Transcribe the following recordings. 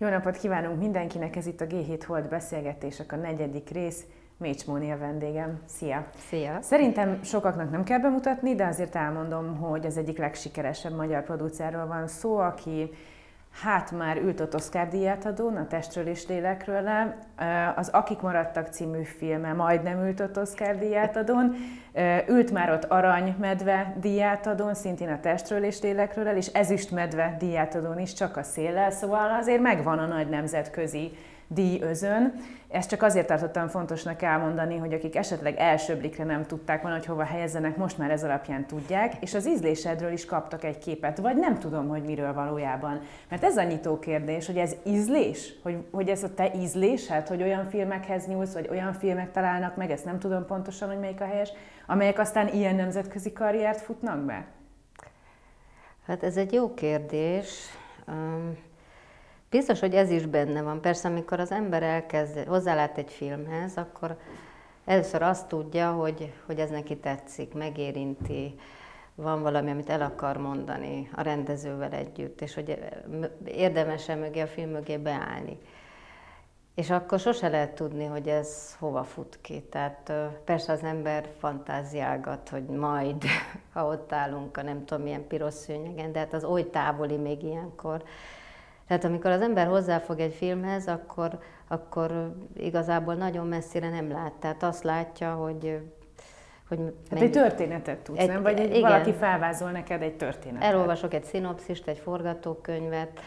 napot kívánunk mindenkinek, ez itt a G7 Hold beszélgetések, a 4. rész. Mécs Móni a vendégem. Szia! Szia! Szerintem sokaknak nem kell bemutatni, de azért elmondom, hogy az egyik legsikeresebb magyar producerről van szó, aki már ült Oscar-díját adón, a Testről és lélekről. Az Akik maradtak című filme majdnem ült Oscar-díját adón, ült már ott Aranymedve díját adón, szintén a Testről és lélekről, és Ezüstmedve díját adón is, csak a széllel, szóval azért megvan a nagy nemzetközi díjözön. Ezt csak azért tartottam fontosnak elmondani, hogy akik esetleg első blikre nem tudták volna, hogy hova helyezzenek, most már ez alapján tudják, és az ízlésedről is kaptak egy képet, vagy nem tudom, hogy miről valójában. Mert ez a nyitó kérdés, hogy ez ízlés? Hogy ez a te ízlésed, hogy olyan filmekhez nyúlsz, vagy olyan filmek találnak meg, ezt nem tudom pontosan, hogy melyik a helyes, amelyek aztán ilyen nemzetközi karriert futnak be? Hát ez egy jó kérdés. Biztos, hogy ez is benne van. Persze, amikor az ember hozzálát egy filmhez, akkor először azt tudja, hogy ez neki tetszik, megérinti, van valami, amit el akar mondani a rendezővel együtt, és hogy érdemes-e mögé a film mögé beállni. És akkor sose lehet tudni, hogy ez hova fut ki. Tehát persze az ember fantáziálgat, hogy majd, ha ott állunk a nem tudom milyen piros szőnyegen, de hát az oly távoli még ilyenkor. Tehát amikor az ember hozzáfog egy filmhez, akkor igazából nagyon messzire nem lát. Tehát azt látja, hogy hát egy történetet tudsz, nem? Vagy igen, valaki felvázol neked egy történetet. Elolvasok egy szinopszist, egy forgatókönyvet.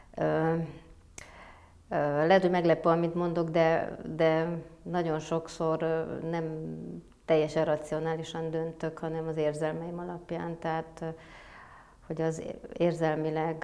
Lehet, hogy meglepő, amit mondok, de nagyon sokszor nem teljesen racionálisan döntök, hanem az érzelmeim alapján. Tehát, hogy az érzelmileg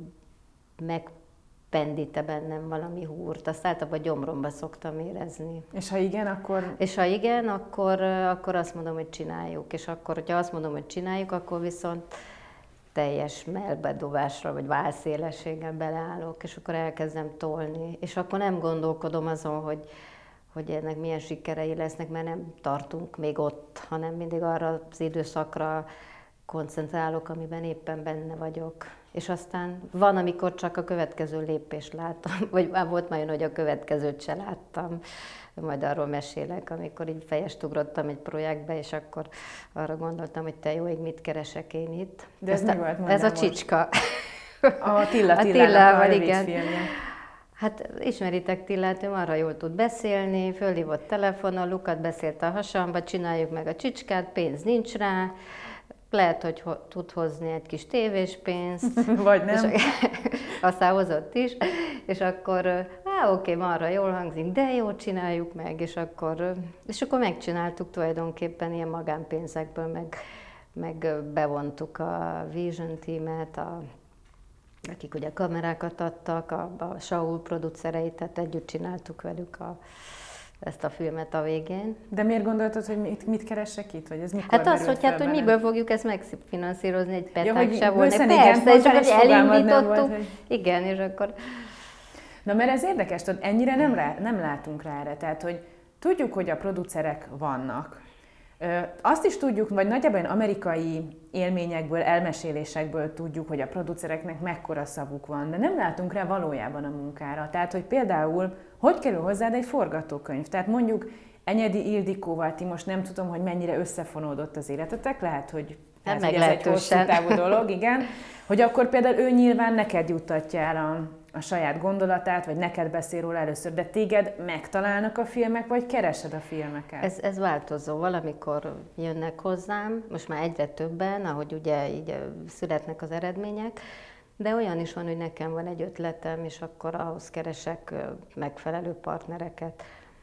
megpendíte bennem valami húrt. Azt általában a gyomromba szoktam érezni. És ha igen, akkor? És ha igen, akkor azt mondom, hogy csináljuk. És akkor, hogyha azt mondom, hogy csináljuk, akkor viszont teljes mellbedobásra, vagy válszélességgel beleállok, és akkor elkezdem tolni. És akkor nem gondolkodom azon, hogy ennek milyen sikerei lesznek, mert nem tartunk még ott, hanem mindig arra az időszakra koncentrálok, amiben éppen benne vagyok. És aztán van, amikor csak a következő lépést látom, vagy volt már olyan, hogy a következőt se láttam. Majd arról mesélek, amikor így fejest ugrottam egy projektbe, és akkor arra gondoltam, hogy te jó ég, mit keresek én itt. De ez mi volt? Ez a Csicska. A Tillával, igen. Filmje. Hát ismeritek Tillát, ő arra jól tud beszélni, fölhívott telefonon, Lukat beszélt a hasamba, csináljuk meg a Csicskát, pénz nincs rá, lehet, hogy tud hozni egy kis tévéspénzt. Vagy nem. Aztán hozott is, és akkor, oké, arra jól hangzik, de jó, csináljuk meg, és akkor megcsináltuk tulajdonképpen ilyen magánpénzekből, meg bevontuk a Vision Teamet, akik ugye kamerákat adtak, a Saul producereit, tehát együtt csináltuk velük ezt a filmet a végén. De miért gondoltad, hogy mit keresek itt? Vagy ez mikor hát az, hogy miből fogjuk ezt megfinanszírozni, egy peták se volt. Persze, és akkor elindítottuk. Igen, és akkor... Na, mert ez érdekes, tudod, ennyire nem látunk rá erre. Tehát, hogy tudjuk, hogy a producerek vannak. Azt is tudjuk, vagy nagyjából amerikai élményekből, elmesélésekből tudjuk, hogy a producereknek mekkora szavuk van, de nem látunk rá valójában a munkára. Tehát, hogy például, hogy kerül hozzád egy forgatókönyv? Tehát mondjuk Enyedi Ildikóval, ti most nem tudom, hogy mennyire összefonódott az életetek, lehet, hogy ez egy hosszú távú dolog, igen. Hogy akkor például ő nyilván neked juttatja el a saját gondolatát, vagy neked beszél róla először, de téged megtalálnak a filmek, vagy keresed a filmeket? Ez változó. Valamikor jönnek hozzám, most már egyre többen, ahogy ugye így születnek az eredmények, de olyan is van, hogy nekem van egy ötletem, és akkor ahhoz keresek megfelelő partnereket.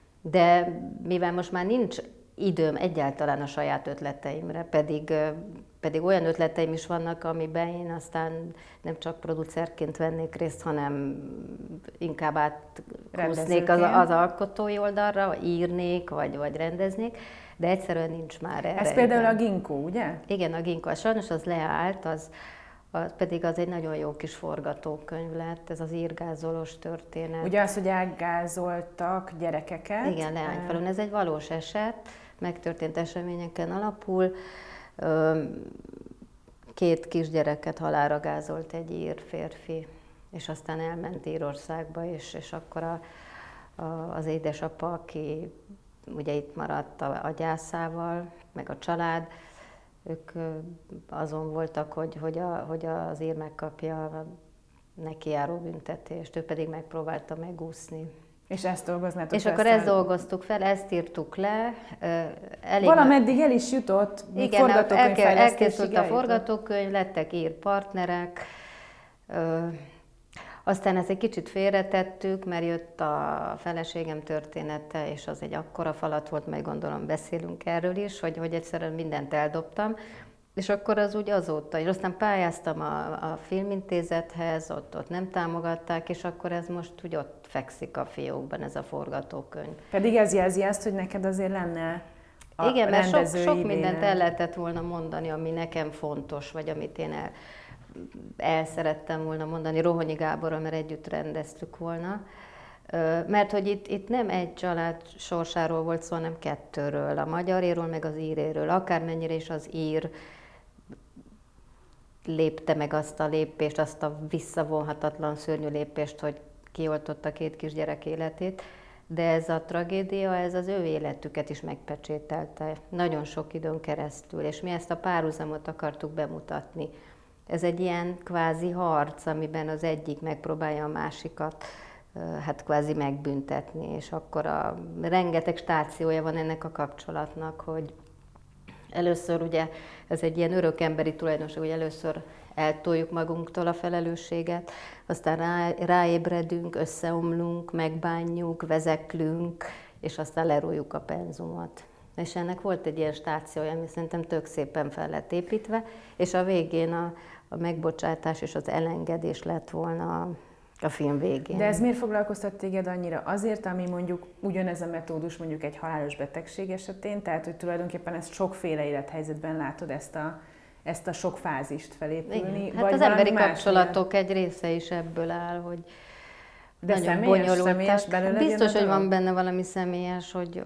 De mivel most már nincs időm egyáltalán a saját ötleteimre, pedig olyan ötleteim is vannak, amiben én aztán nem csak producerként vennék részt, hanem inkább átkúsznék az alkotói oldalra, vagy írnék, vagy rendeznék, de egyszerűen nincs már erre. Ez például a Ginkgo, ugye? Igen, a Ginkgo. Sajnos az leállt, pedig az egy nagyon jó kis forgatókönyv lett, ez az írgázolós történet. Ugye az, hogy elgázoltak gyerekeket. Igen, Leányfalun. Ez egy valós eset, megtörtént eseményeken alapul. 2 kisgyereket halálra gázolt egy ír férfi. és aztán elment Írországba, és akkor az édesapa, aki ugye itt maradt a gyászával, meg a család, ők azon voltak, hogy az ír megkapja a neki járó büntetést, ő pedig megpróbálta megúszni. És ezt dolgoznátok és akkor ezt dolgoztuk fel, ezt írtuk le. Valameddig el is jutott, még elkészült a forgatókönyv, lettek ír partnerek. Aztán ezt egy kicsit félretettük, mert jött a feleségem története, és az egy akkora falat volt, meg gondolom beszélünk erről is, hogy egyszerűen mindent eldobtam. És akkor az úgy azóta, és aztán pályáztam a filmintézethez, ott nem támogatták, és akkor ez most úgy ott fekszik a fiókban, ez a forgatókönyv. Pedig ez jelzi azt, hogy neked azért lenne a igen, mert sok idéne. mindent el lehetett volna mondani, ami nekem fontos, vagy amit én el szerettem volna mondani Rohonyi Gáborral, mert együtt rendeztük volna. Mert hogy itt nem egy család sorsáról volt szó, hanem kettőről, a magyaréről, meg az íréről. Akármennyire is az ír lépte meg azt a lépést, azt a visszavonhatatlan szörnyű lépést, hogy kioltotta 2 kisgyerek életét, de ez a tragédia, ez az ő életüket is megpecsételte nagyon sok időn keresztül, és mi ezt a párhuzamot akartuk bemutatni. Ez egy ilyen kvázi harc, amiben az egyik megpróbálja a másikat hát kvázi megbüntetni, és akkor rengeteg stációja van ennek a kapcsolatnak, hogy először ugye ez egy ilyen örök emberi tulajdonság, hogy először eltoljuk magunktól a felelősséget, aztán ráébredünk, összeomlunk, megbánjuk, vezeklünk, és aztán lerújjuk a penzumot. És ennek volt egy ilyen stációja, ami szerintem tök szépen fel lett építve, és a végén a megbocsátás és az elengedés lett volna a film végén. De ez miért foglalkoztat téged annyira? Azért, ami mondjuk ugyanez a metódus mondjuk egy halálos betegség esetén, tehát hogy tulajdonképpen ezt sokféle élethelyzetben látod ezt a sok fázist felépülni? Igen. Hát az emberi kapcsolatok egy része is ebből áll, hogy de személyes belőle? Biztos, hogy van benne valami személyes, hogy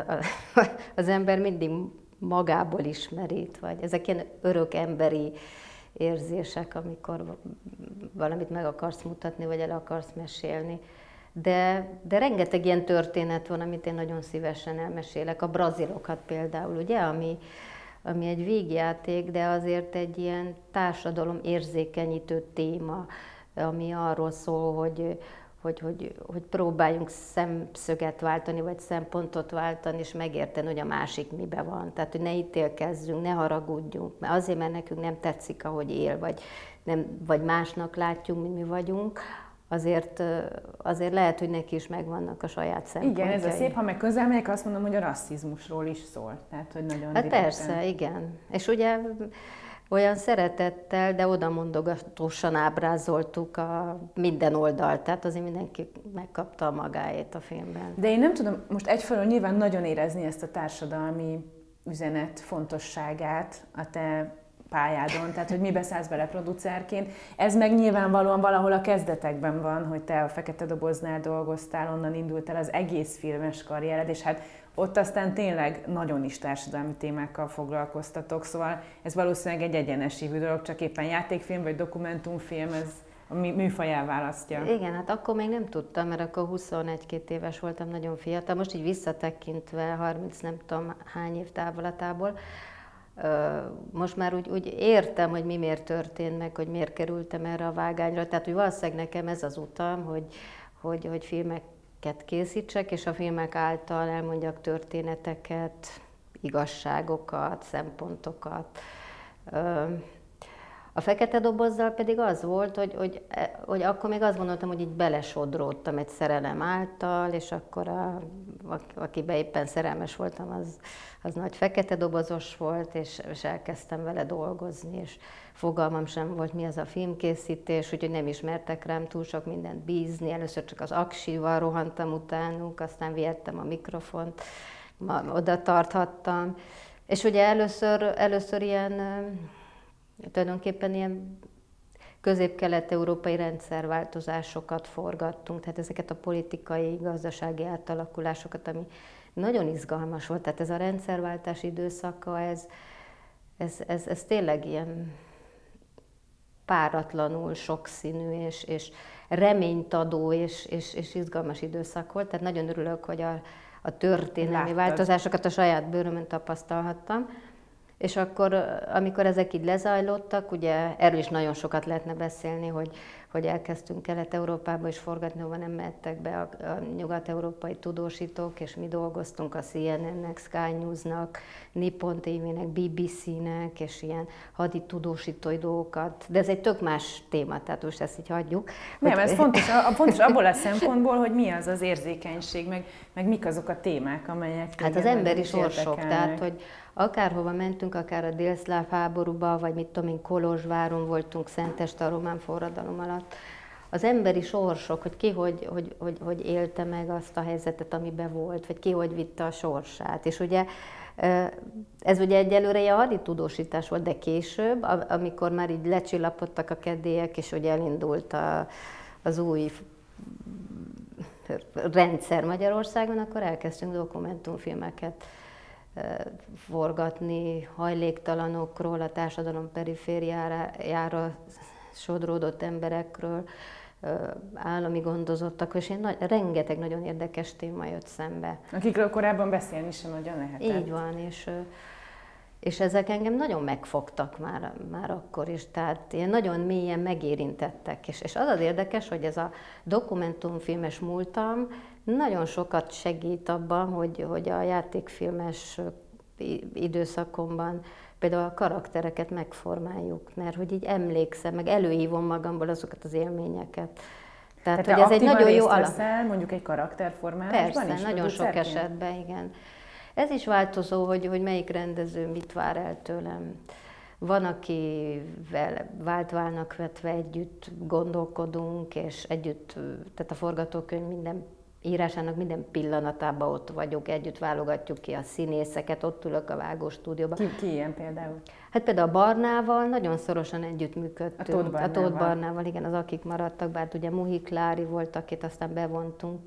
az ember mindig magából ismerít, vagy ezek ilyen örök emberi érzések, amikor valamit meg akarsz mutatni, vagy el akarsz mesélni. De rengeteg ilyen történet van, amit én nagyon szívesen elmesélek. A brazilokat például, ugye, ami egy vígjáték, de azért egy ilyen társadalom érzékenyítő téma, ami arról szól, hogy próbáljunk szemszöget váltani, vagy szempontot váltani, és megérteni, hogy a másik mibe van. Tehát, hogy ne ítélkezzünk, ne haragudjunk, mert azért, mert nekünk nem tetszik, ahogy él, vagy másnak látjuk, mint mi vagyunk, azért lehet, hogy neki is megvannak a saját szempontjai. Igen, ez a szép, ha meg közel megyek, azt mondom, hogy a rasszizmusról is szól. Tehát, hogy nagyon hát persze, igen. És ugye olyan szeretettel, de odamondogatósan ábrázoltuk minden oldalt, tehát azért mindenki megkapta a magáét a filmben. De én nem tudom, most egyfelől nyilván nagyon érezni ezt a társadalmi üzenet fontosságát a te pályádon, tehát hogy mibe szállsz bele producerként. Ez meg nyilvánvalóan valahol a kezdetekben van, hogy te a Fekete Doboznál dolgoztál, onnan indult el az egész filmes karriered, és hát ott aztán tényleg nagyon is társadalmi témákkal foglalkoztatok, szóval ez valószínűleg egy egyenesívű dolog, csak éppen játékfilm vagy dokumentumfilm, ez a műfajá választja. Igen, hát akkor még nem tudtam, mert akkor 21-22 éves voltam, nagyon fiatal. Most így visszatekintve 30 nem tudom hány év távolatából, most már úgy értem, hogy mi miért történt meg, hogy miért kerültem erre a vágányra. Tehát, hogy valószínűleg nekem ez az utam, hogy filmeket készítsek, és a filmek által elmondjak történeteket, igazságokat, szempontokat. A Fekete Dobozzal pedig az volt, hogy akkor még azt gondoltam, hogy így belesodródtam egy szerelem által, és akkor akiben éppen szerelmes voltam, az nagy fekete dobozos volt, és elkezdtem vele dolgozni, és fogalmam sem volt, mi az a filmkészítés, úgyhogy nem ismertek rám túl sok mindent bízni. Először csak az aksival rohantam utánuk, aztán vihettem a mikrofont, oda tarthattam. És ugye először ilyen tulajdonképpen ilyen közép-kelet-európai rendszerváltozásokat forgattunk, tehát ezeket a politikai, gazdasági átalakulásokat, ami nagyon izgalmas volt. Tehát ez a rendszerváltás időszaka, ez tényleg ilyen páratlanul sokszínű és reményt adó és izgalmas időszak volt. Tehát nagyon örülök, hogy a történelmi változásokat a saját bőrömön tapasztalhattam. És akkor, amikor ezek így lezajlottak, ugye erről is nagyon sokat lehetne beszélni, hogy elkezdtünk Kelet-Európába is forgatni, ahol nem mehettek be a nyugat-európai tudósítók, és mi dolgoztunk a CNN-nek, Sky News-nak, Nippon TV-nek, BBC-nek, és ilyen hadi tudósítói dolgokat. De ez egy tök más téma, tehát most ezt így hagyjuk. Nem, ez fontos abból a szempontból, hogy mi az az érzékenység, meg mik azok a témák, amelyek... Hát az emberi sorsok, tehát hogy akárhova mentünk, akár a délszláv háborúba, vagy mit tudom én, Kolozsváron voltunk Szentest a román forradalom alatt. Az emberi sorsok, hogy ki hogy élte meg azt a helyzetet, amiben volt, vagy ki hogy vitte a sorsát. És ugye ez ugye egyelőre a haditudósítás volt, de később, amikor már így lecsillapodtak a kedélyek, és hogy elindult az új rendszer Magyarországon, akkor elkezdtünk dokumentumfilmeket forgatni hajléktalanokról, a társadalom perifériájára sodródott emberekről, állami gondozottakról, és rengeteg nagyon érdekes téma jött szembe. Akikről korábban beszélni sem nagyon lehetett. Így van, és ezek engem nagyon megfogtak már akkor is, tehát ilyen nagyon mélyen megérintettek. És az az érdekes, hogy ez a dokumentumfilmes múltam nagyon sokat segít abban, hogy a játékfilmes időszakomban például a karaktereket megformáljuk, mert hogy így emlékszem, meg előhívom magamból azokat az élményeket. Tehát hogy ez egy nagyon jó alap. Mondjuk egy karakterformálásban is? Persze, nagyon sok esetben, igen. Ez is változó, hogy melyik rendező mit vár el tőlem. Van, akivel váltvállnak vetve együtt gondolkodunk, és együtt, tehát a forgatókönyv minden írásának minden pillanatában ott vagyok, együtt válogatjuk ki a színészeket, ott ülök a vágóstúdióban. Ki ilyen például? Hát például a Barnával nagyon szorosan együttműködtünk. A Tóth Barnával, igen, az Akik maradtak, bár ugye Muhi Klári volt, akit aztán bevontunk.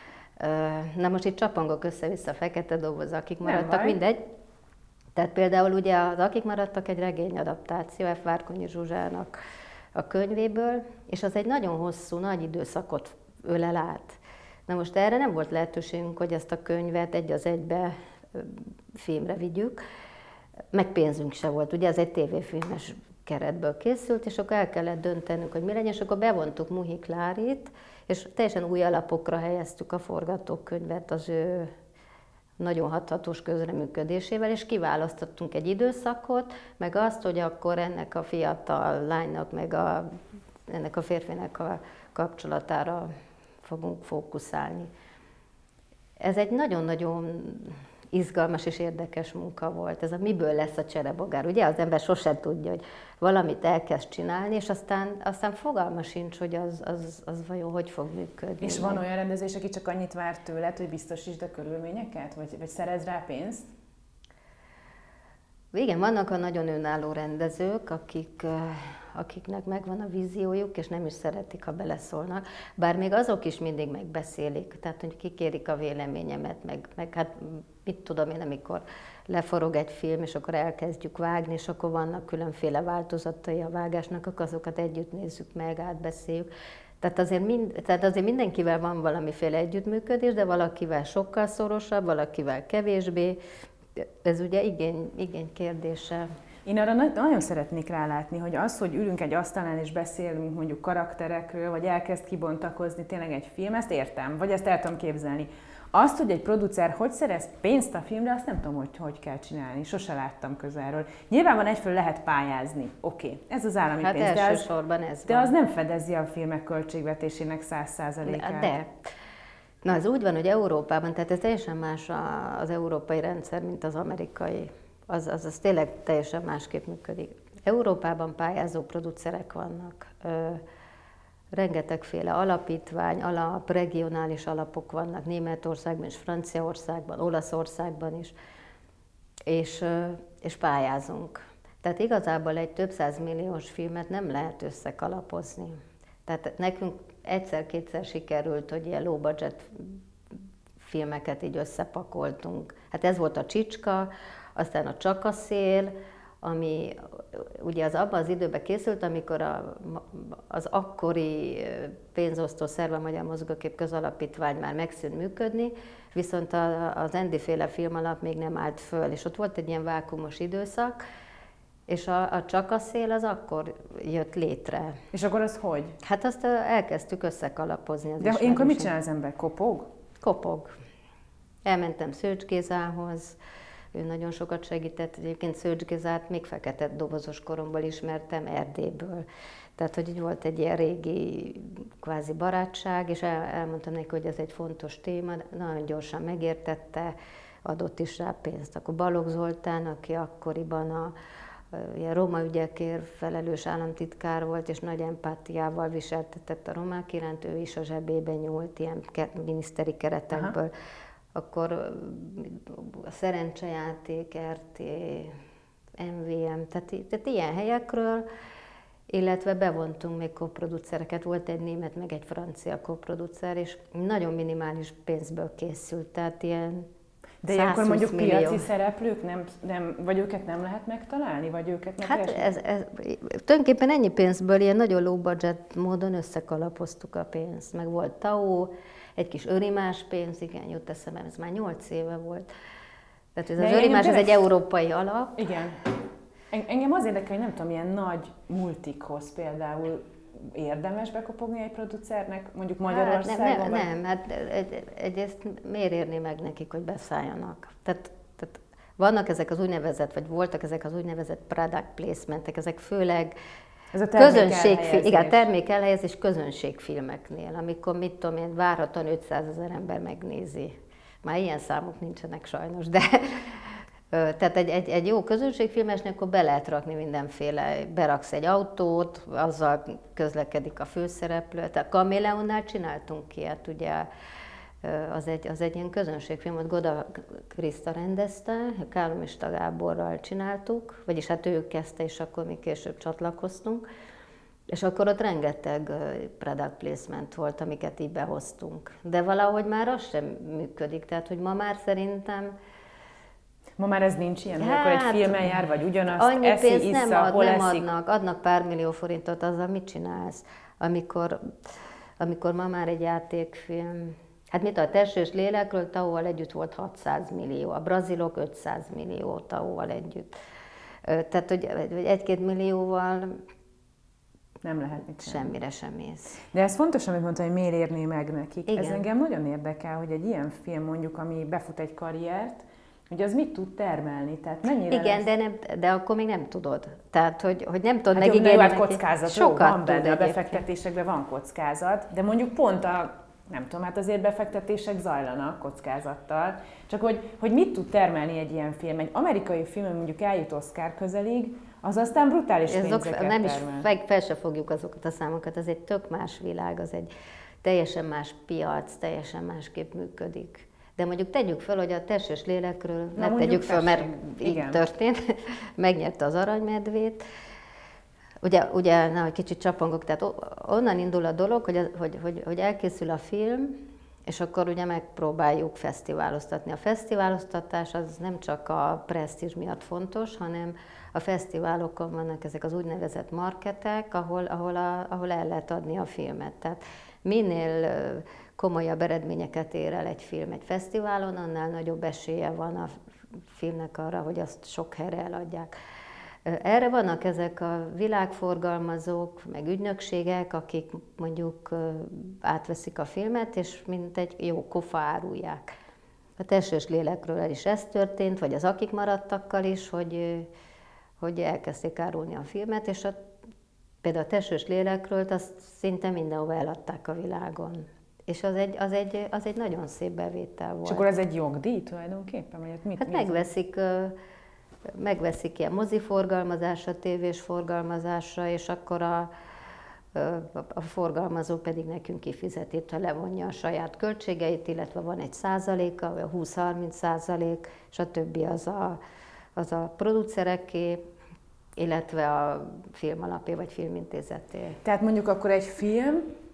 Na most itt csapongok össze-vissza a Fekete Doboz, Akik maradtak, mindegy. Tehát például ugye az Akik maradtak egy regényadaptáció, F. Várkonyi Zsuzsának a könyvéből, és az egy nagyon hosszú, nagy időszakot ölel át. Na most erre nem volt lehetőségünk, hogy ezt a könyvet egy az egybe filmre vigyük, meg pénzünk se volt, ugye ez egy tévéfilmes keretből készült, és akkor el kellett döntenünk, hogy mi legyen, és akkor bevontuk Muhi Klárit, és teljesen új alapokra helyeztük a forgatókönyvet az ő nagyon hathatós közreműködésével, és kiválasztottunk egy időszakot, meg azt, hogy akkor ennek a fiatal lánynak, meg ennek a férfinek a kapcsolatára fogunk fókuszálni. Ez egy nagyon-nagyon izgalmas és érdekes munka volt. Ez a miből lesz a cserebogár. Ugye az ember sosem tudja, hogy valamit elkezd csinálni, és aztán fogalma sincs, hogy az vajon hogy fog működni. És van olyan rendezés, aki csak annyit vár tőled, hogy biztosítsd a körülményeket? Vagy szerez rá pénzt? Igen, vannak a nagyon önálló rendezők, akiknek megvan a víziójuk, és nem is szeretik, ha beleszólnak. Bár még azok is mindig megbeszélik, tehát hogy kikérik a véleményemet, meg hát mit tudom én, amikor leforog egy film, és akkor elkezdjük vágni, és akkor vannak különféle változatai a vágásnak, akkor azokat együtt nézzük meg, átbeszéljük. Tehát azért mindenkivel van valamiféle együttműködés, de valakivel sokkal szorosabb, valakivel kevésbé. Ez ugye igény kérdése. Én arra nagyon szeretnék rálátni, hogy az, hogy ülünk egy asztalán és beszélünk mondjuk karakterekről, vagy elkezd kibontakozni tényleg egy film, ezt értem, vagy ezt el tudom képzelni. Azt, hogy egy producer hogy szerez pénzt a filmre, azt nem tudom, hogy kell csinálni. Sose láttam közelről. Nyilván egyfelől lehet pályázni. Oké, ez az állami pénz. Hát elsősorban ez de az nem fedezi a filmek költségvetésének 100%-át. De. Na, az úgy van, hogy Európában, tehát ez teljesen más az európai rendszer, mint az amerikai. Az tényleg teljesen másképp működik. Európában pályázó producerek vannak. Rengetegféle alapítvány, regionális alapok vannak Németországban és Franciaországban, Olaszországban is, és pályázunk. Tehát igazából egy több százmilliós filmet nem lehet összekalapozni. Tehát nekünk egyszer-kétszer sikerült, hogy ilyen low budget filmeket így összepakoltunk. Hát ez volt a Csicska, aztán a Csak a szél, ami ugye az abban az időben készült, amikor az akkori pénzosztó szerv, a Magyar Mozgókép Közalapítvány már megszűnt működni, viszont az Andy-féle filmalap még nem állt föl, és ott volt egy ilyen vákumos időszak, és a Csak a szél az akkor jött létre. És akkor az hogy? Hát azt elkezdtük összekalapozni. Az de ilyenkor mit csinál az ember? Kopog? Kopog. Elmentem Szőcs Gézához, ő nagyon sokat segített. Egyébként Szőcs Gézát még fekete dobozos koromból ismertem, Erdélyből. Tehát, hogy volt egy ilyen régi kvázi barátság, és elmondtam neki, hogy ez egy fontos téma, nagyon gyorsan megértette, adott is rá pénzt. Akkor Balogh Zoltán, aki akkoriban ilyen roma ügyekért felelős államtitkár volt, és nagy empátiával viseltetett a romák iránt, ő is a zsebébe nyúlt ilyen miniszteri keretekből. Aha. Akkor a Szerencsejáték, RT, MVM, tehát ilyen helyekről, illetve bevontunk még koproducereket, volt egy német, meg egy francia koproducer, és nagyon minimális pénzből készült, tehát ilyen de ilyenkor mondjuk piaci szereplők, vagy őket nem lehet megtalálni, vagy őket megkeresni? Hát ez tulajdonképpen ennyi pénzből ilyen nagyon low budget módon összekalapoztuk a pénzt. Meg volt TAO, egy kis örimás pénz, igen, jut eszembe, ez már 8 éve volt. Tehát ez az örimás, ez egy európai alap. Igen. Engem az érdekel, hogy nem tudom, ilyen nagy multikhoz például érdemes bekopogni egy producernek, mondjuk Magyarországon? Nem, hát egyrészt miért érni meg nekik, hogy beszálljanak? Tehát vannak ezek az úgynevezett, vagy voltak ezek az úgynevezett product placementek, ezek főleg termékelhelyezés közönségfilmeknél, amikor mit tudom én, várhatóan 500 000 ember megnézi. Már ilyen számok nincsenek sajnos, de tehát egy jó közönségfilmesnél akkor be lehet rakni mindenféle, beraksz egy autót, azzal közlekedik a főszereplő. Tehát Kameleonnál csináltunk ilyet, ugye az egy ilyen közönségfilm, ott Goda Kriszta rendezte, Kálomista Gáborral csináltuk, vagyis hát ő kezdte, és akkor mi később csatlakoztunk. És akkor ott rengeteg product placement volt, amiket így behoztunk. De valahogy már az sem működik, tehát hogy ma már szerintem... Ma már ez nincs ilyen, hogy akkor egy filmen jár, vagy ugyanazt annyi eszi, pénzt issza, hol nem eszik? adnak pár millió forintot, azzal mit csinálsz? Amikor ma már egy játékfilm... Hát mit a Testről és lélekről TAO-val együtt volt 600 millió, a brazilok 500 millió TAO-val együtt. Tehát, hogy 1-2 millióval... Nem lehet mit csinálni. Semmire sem mész. De ez fontos, amit mondta, hogy miért érné meg nekik. Igen. Ez engem nagyon érdekel, hogy egy ilyen film mondjuk, ami befut egy karriert, hogy az mit tud termelni, tehát mennyire igen, lesz... de akkor még nem tudod. Tehát, hogy nem tudod hát megígérni. Hát kockázat, van benne, a egyébként. befektetésekben van kockázat, de mondjuk pont nem tudom, hát azért befektetések zajlanak kockázattal, csak hogy mit tud termelni egy ilyen film. Egy amerikai film, mondjuk eljut Oscar közelig, az aztán brutális pénzeket termel. Nem is fel se fogjuk azokat a számokat, ez egy tök más világ, az egy teljesen más piac, teljesen másképp működik. De mondjuk tegyük fel, hogy a Test és lélekről ne tegyük fel, mert így történt, megnyerte az Aranymedvét. Ugye na, egy kicsit csapongok, tehát onnan indul a dolog, hogy elkészül a film, és akkor ugye megpróbáljuk fesztiváloztatni. A fesztiváloztatás az nem csak a presztízs miatt fontos, hanem a fesztiválokon vannak ezek az úgynevezett marketek, ahol el lehet adni a filmet. Tehát minél komolyabb eredményeket ér el egy film egy fesztiválon, annál nagyobb esélye van a filmnek arra, hogy azt sok helyre eladják. Erre vannak ezek a világforgalmazók, meg ügynökségek, akik mondjuk átveszik a filmet, és mint egy jó kofa árulják. A Test és lélekről is ez történt, vagy az Akik maradtakkal is, hogy elkezdték árulni a filmet, és például a Test és lélekről azt szinte mindenhova eladták a világon. És az egy nagyon szép bevétel volt. És akkor ez egy jogdíj tulajdonképpen? Hát megveszik ilyen moziforgalmazásra, tévés forgalmazásra, és akkor a forgalmazó pedig nekünk kifizeti, ha levonja a saját költségeit, illetve van egy százaléka, vagy 20-30%, és a többi az a producereké, illetve a filmalapé vagy filmintézeté. Tehát mondjuk akkor egy film,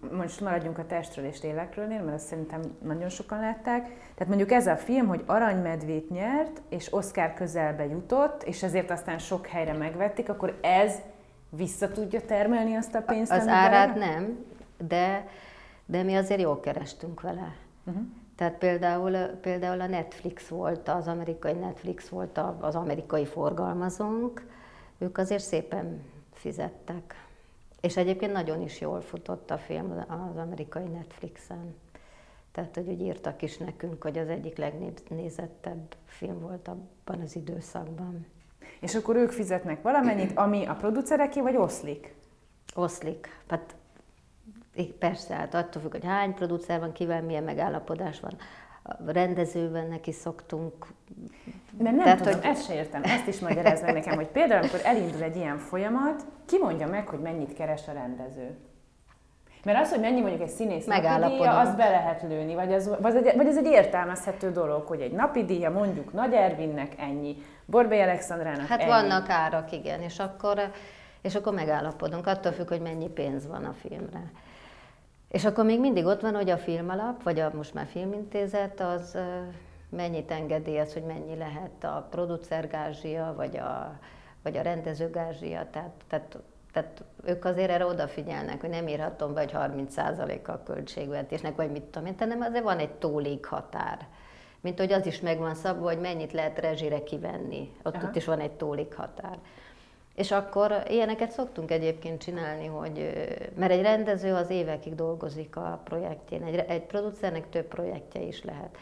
most maradjunk a Testről és lélekről, mert azt szerintem nagyon sokan látták. Tehát mondjuk ez a film, hogy aranymedvét nyert, és Oscar közelbe jutott, és ezért aztán sok helyre megvették, akkor ez vissza tudja termelni azt a pénzt, az árát nem, de mi azért jól kerestünk vele. Tehát például a Netflix volt, az amerikai Netflix volt az amerikai forgalmazónk, ők azért szépen fizettek. És egyébként nagyon is jól futott a film az amerikai Netflixen. Tehát, hogy írtak is nekünk, hogy az egyik legnézettebb film volt abban az időszakban. És akkor ők fizetnek valamennyit, ami a producereké, vagy oszlik? Oszlik. Hát persze, hát attól függ, hogy hány producer van, kivel milyen megállapodás van. A rendezőben neki szoktunk... De nem tudom, ezt se értem. Ezt is magyarázd meg nekem, hogy például, amikor elindul egy ilyen folyamat, ki mondja meg, hogy mennyit keres a rendező? Mert az, hogy mennyi mondjuk egy színész napi díja, azt be lehet lőni, vagy ez egy értelmezhető dolog, hogy egy napi díja mondjuk Nagy Ervinnek ennyi, Borbély Alexandrának hát ennyi. Vannak árak, igen, és akkor megállapodunk, attól függ, hogy mennyi pénz van a filmre. És akkor még mindig ott van, hogy a Filmalap, vagy most már Filmintézet, az mennyit engedélyez, hogy mennyi lehet a producergázsia, vagy a rendezőgázsia, tehát ők azért erre odafigyelnek, hogy nem írhatom be, hogy 30%-a a költségvetésnek, vagy mit tudom én, hanem azért van egy tólig határ. Mint hogy az is megvan szabva, hogy mennyit lehet rezsire kivenni. Ott is van egy tólig határ. És akkor ilyeneket szoktunk egyébként csinálni, mert egy rendező az évekig dolgozik a projektjén, egy producernek több projektje is lehet.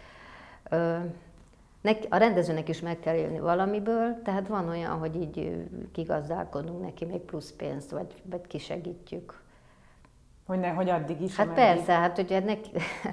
A rendezőnek is meg kell élni valamiből, tehát van olyan, hogy így kigazdálkodunk neki még plusz pénzt, vagy kisegítjük. Hogy addig is. Hát persze, hát ugye neki...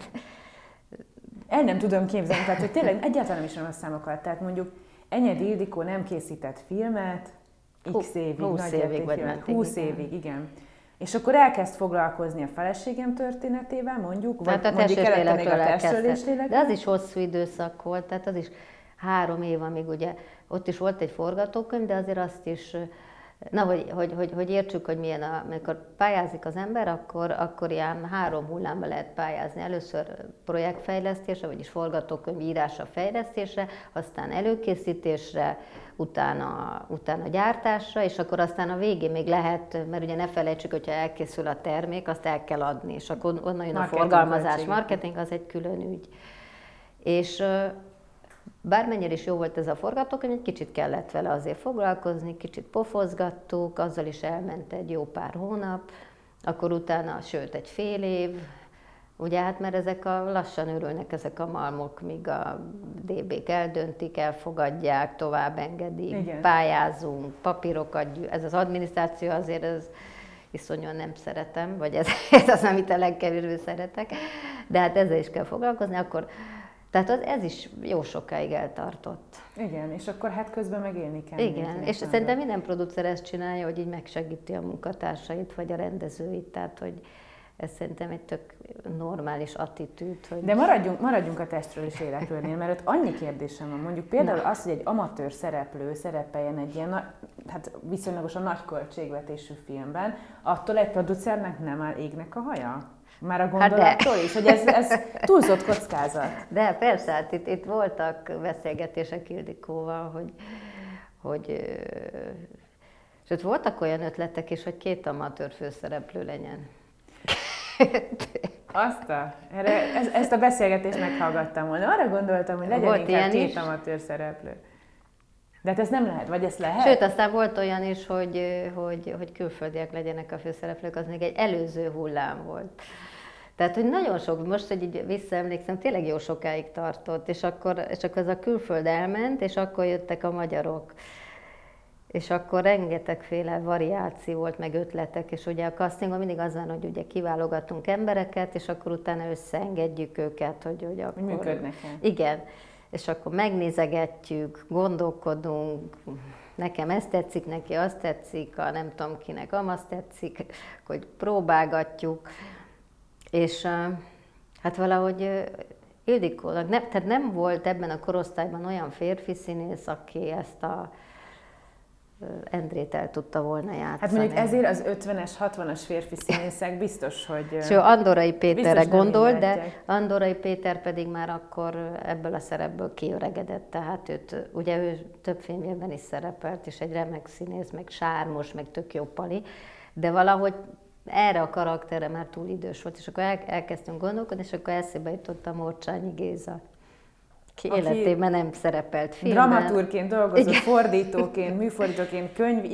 El nem tudom képzelni, tehát hogy tényleg egyáltalán nem ismerem a számokat. Tehát mondjuk Enyedi Ildikó nem készített filmet, x évig, 20 évig vagy filmet, 20 évig, igen. És akkor elkezd foglalkozni a feleségem történetével, mondjuk, vagy hát mondjuk előtte még a Testről és lélekről. De az is hosszú időszak volt, tehát az is 3 év, amíg ugye ott is volt egy forgatókönyv, de azért azt is, hogy értsük, hogy milyen amikor pályázik az ember, akkor ilyen 3 hullámba lehet pályázni. Először projektfejlesztésre, vagyis forgatókönyv írása, fejlesztésre, aztán előkészítésre, utána gyártásra, és akkor aztán a végén még lehet, mert ugye ne felejtsük, hogyha elkészül a termék, azt el kell adni, és akkor onnan jön a forgalmazás, marketing, az egy külön ügy. És bármennyire is jó volt ez a forgatókönyv, egy kicsit kellett vele azért foglalkozni, kicsit pofozgattuk, azzal is elment egy jó pár hónap, akkor utána, sőt egy fél év, ugye hát mert lassan örülnek ezek a malmok, míg a DB-k eldöntik, elfogadják, tovább engedik, igen. Pályázunk, papírokat, ez az adminisztráció azért ez iszonyúan nem szeretem, vagy ez az, amit a legkevésbé szeretek, de hát ezzel is kell foglalkozni, akkor tehát ez is jó sokáig eltartott. Igen, és akkor hát közben megélni kell. Igen, és szerintem minden producer ezt csinálja, hogy így megsegíti a munkatársait, vagy a rendezőit, tehát hogy ez szerintem egy tök normális attitűd. Hogy... De maradjunk a Testről és lélekről, mert ott annyi kérdésem van. Mondjuk például az, hogy egy amatőr szereplő szerepeljen egy ilyen hát viszonylagosan nagy költségvetésű filmben, attól egy producernek nem áll égnek a haja? Már a gondolattól is, hogy ez túlzott kockázat. De persze, hát itt voltak beszélgetések Ildikóval, sőt voltak olyan ötletek is, hogy 2 amatőr főszereplő legyen. Ezt a beszélgetést meghallgattam volna. Arra gondoltam, hogy legyen inkább 2 amatőr szereplő. De hát ez nem lehet, vagy ez lehet? Sőt, aztán volt olyan is, hogy külföldiek legyenek a főszereplők, az még egy előző hullám volt. Tehát, hogy nagyon sok, most, hogy így visszaemlékszem, tényleg jó sokáig tartott, és akkor ez a külföld elment, és akkor jöttek a magyarok. És akkor rengetegféle variáció volt, meg ötletek, és ugye a castingon mindig az van, hogy ugye kiválogatunk embereket, és akkor utána összeengedjük őket, hogy akkor... Működnek-e? Igen. És akkor megnézegetjük, gondolkodunk, nekem ezt tetszik, neki azt tetszik, nem tudom kinek azt tetszik, hogy próbálgatjuk. És hát valahogy Ildikónak, tehát nem volt ebben a korosztályban olyan férfi színész, aki ezt Endrét el tudta volna játszani. Hát mondjuk ezért az 50-es, 60-as férfi színészek biztos, hogy... És ő Andorai Péterre gondol, de imádják. Andorai Péter pedig már akkor ebből a szerepből kiöregedett, tehát ugye ő több filmjében is szerepelt, és egy remek színész, meg sármos, meg tök jó pali, de valahogy erre a karakterre már túl idős volt, és akkor elkezdtünk gondolkodni, és akkor eszébe jutott a Morcsányi Géza, aki életében nem szerepelt filmben. Dramaturgként dolgozott, fordítóként, műfordítóként,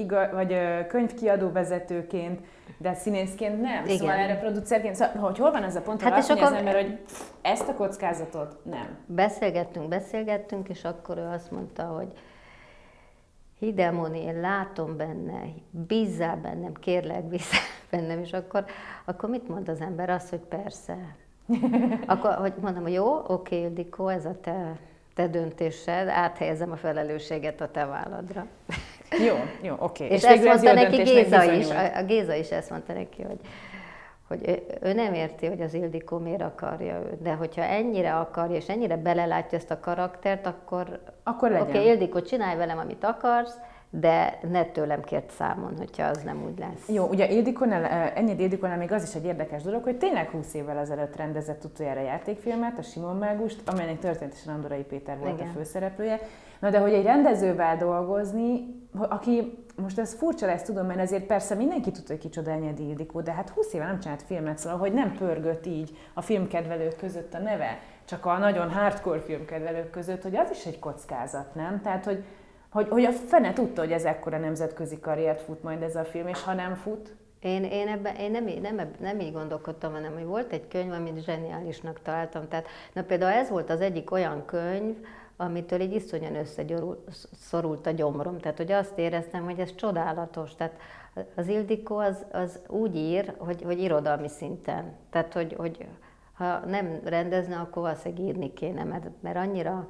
könyvkiadóvezetőként, de színészként nem. Igen. Szóval erre producerként, szóval, hogy hol van ez a pont, ahol azt mondja az ember, hogy ezt a kockázatot nem. Beszélgettünk, és akkor ő azt mondta, hogy hidd el, Móni, én látom benne, bízzál bennem, kérlek, bízzál bennem, és akkor mit mond az ember? Azt, hogy persze. Akkor hogy mondom, hogy jó, oké, Ildikó, ez a te döntésed, áthelyezem a felelősséget a te válladra. Jó, oké. És ezt mondta neki Géza is, a Géza is ezt mondta neki, hogy ő nem érti, hogy az Ildikó miért akarja őt, de hogyha ennyire akarja, és ennyire belelátja ezt a karaktert, akkor oké, Ildikó, csinálj velem, amit akarsz, de ne tőlem kért számon, hogyha az nem úgy lesz. Jó, ugye ennyi Ildikónál még az is egy érdekes dolog, hogy tényleg 20 évvel ezelőtt rendezett utoljára játékfilmet, a Simon Mágust, amelynek történetesen Andorai Péter volt a főszereplője. Na de hogy egy rendezővel dolgozni, aki, most ez furcsa lesz, tudom, mert azért persze mindenki tudta, hogy kicsoda Enyedi Ildikó, de hát 20 éve nem csinált filmet, szóval hogy nem pörgött így a filmkedvelők között a neve, csak a nagyon hardcore filmkedvelők között, hogy az is egy kockázat, nem? Tehát, hogy a fene tudta, hogy ez ekkora nemzetközi karriert fut majd ez a film, és ha nem fut? Én nem így gondolkodtam, hanem hogy volt egy könyv, amit zseniálisnak találtam. Tehát, például ez volt az egyik olyan könyv, amitől így iszonyan összeszorult a gyomrom. Tehát, hogy azt éreztem, hogy ez csodálatos. Tehát az Ildikó az úgy ír, hogy irodalmi szinten. Tehát, hogy ha nem rendezne, akkor valószínűleg írni kéne, mert annyira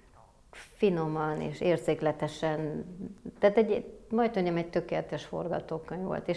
finoman és érzékletesen, tehát majd mondjam, egy tökéletes forgatókönyv volt,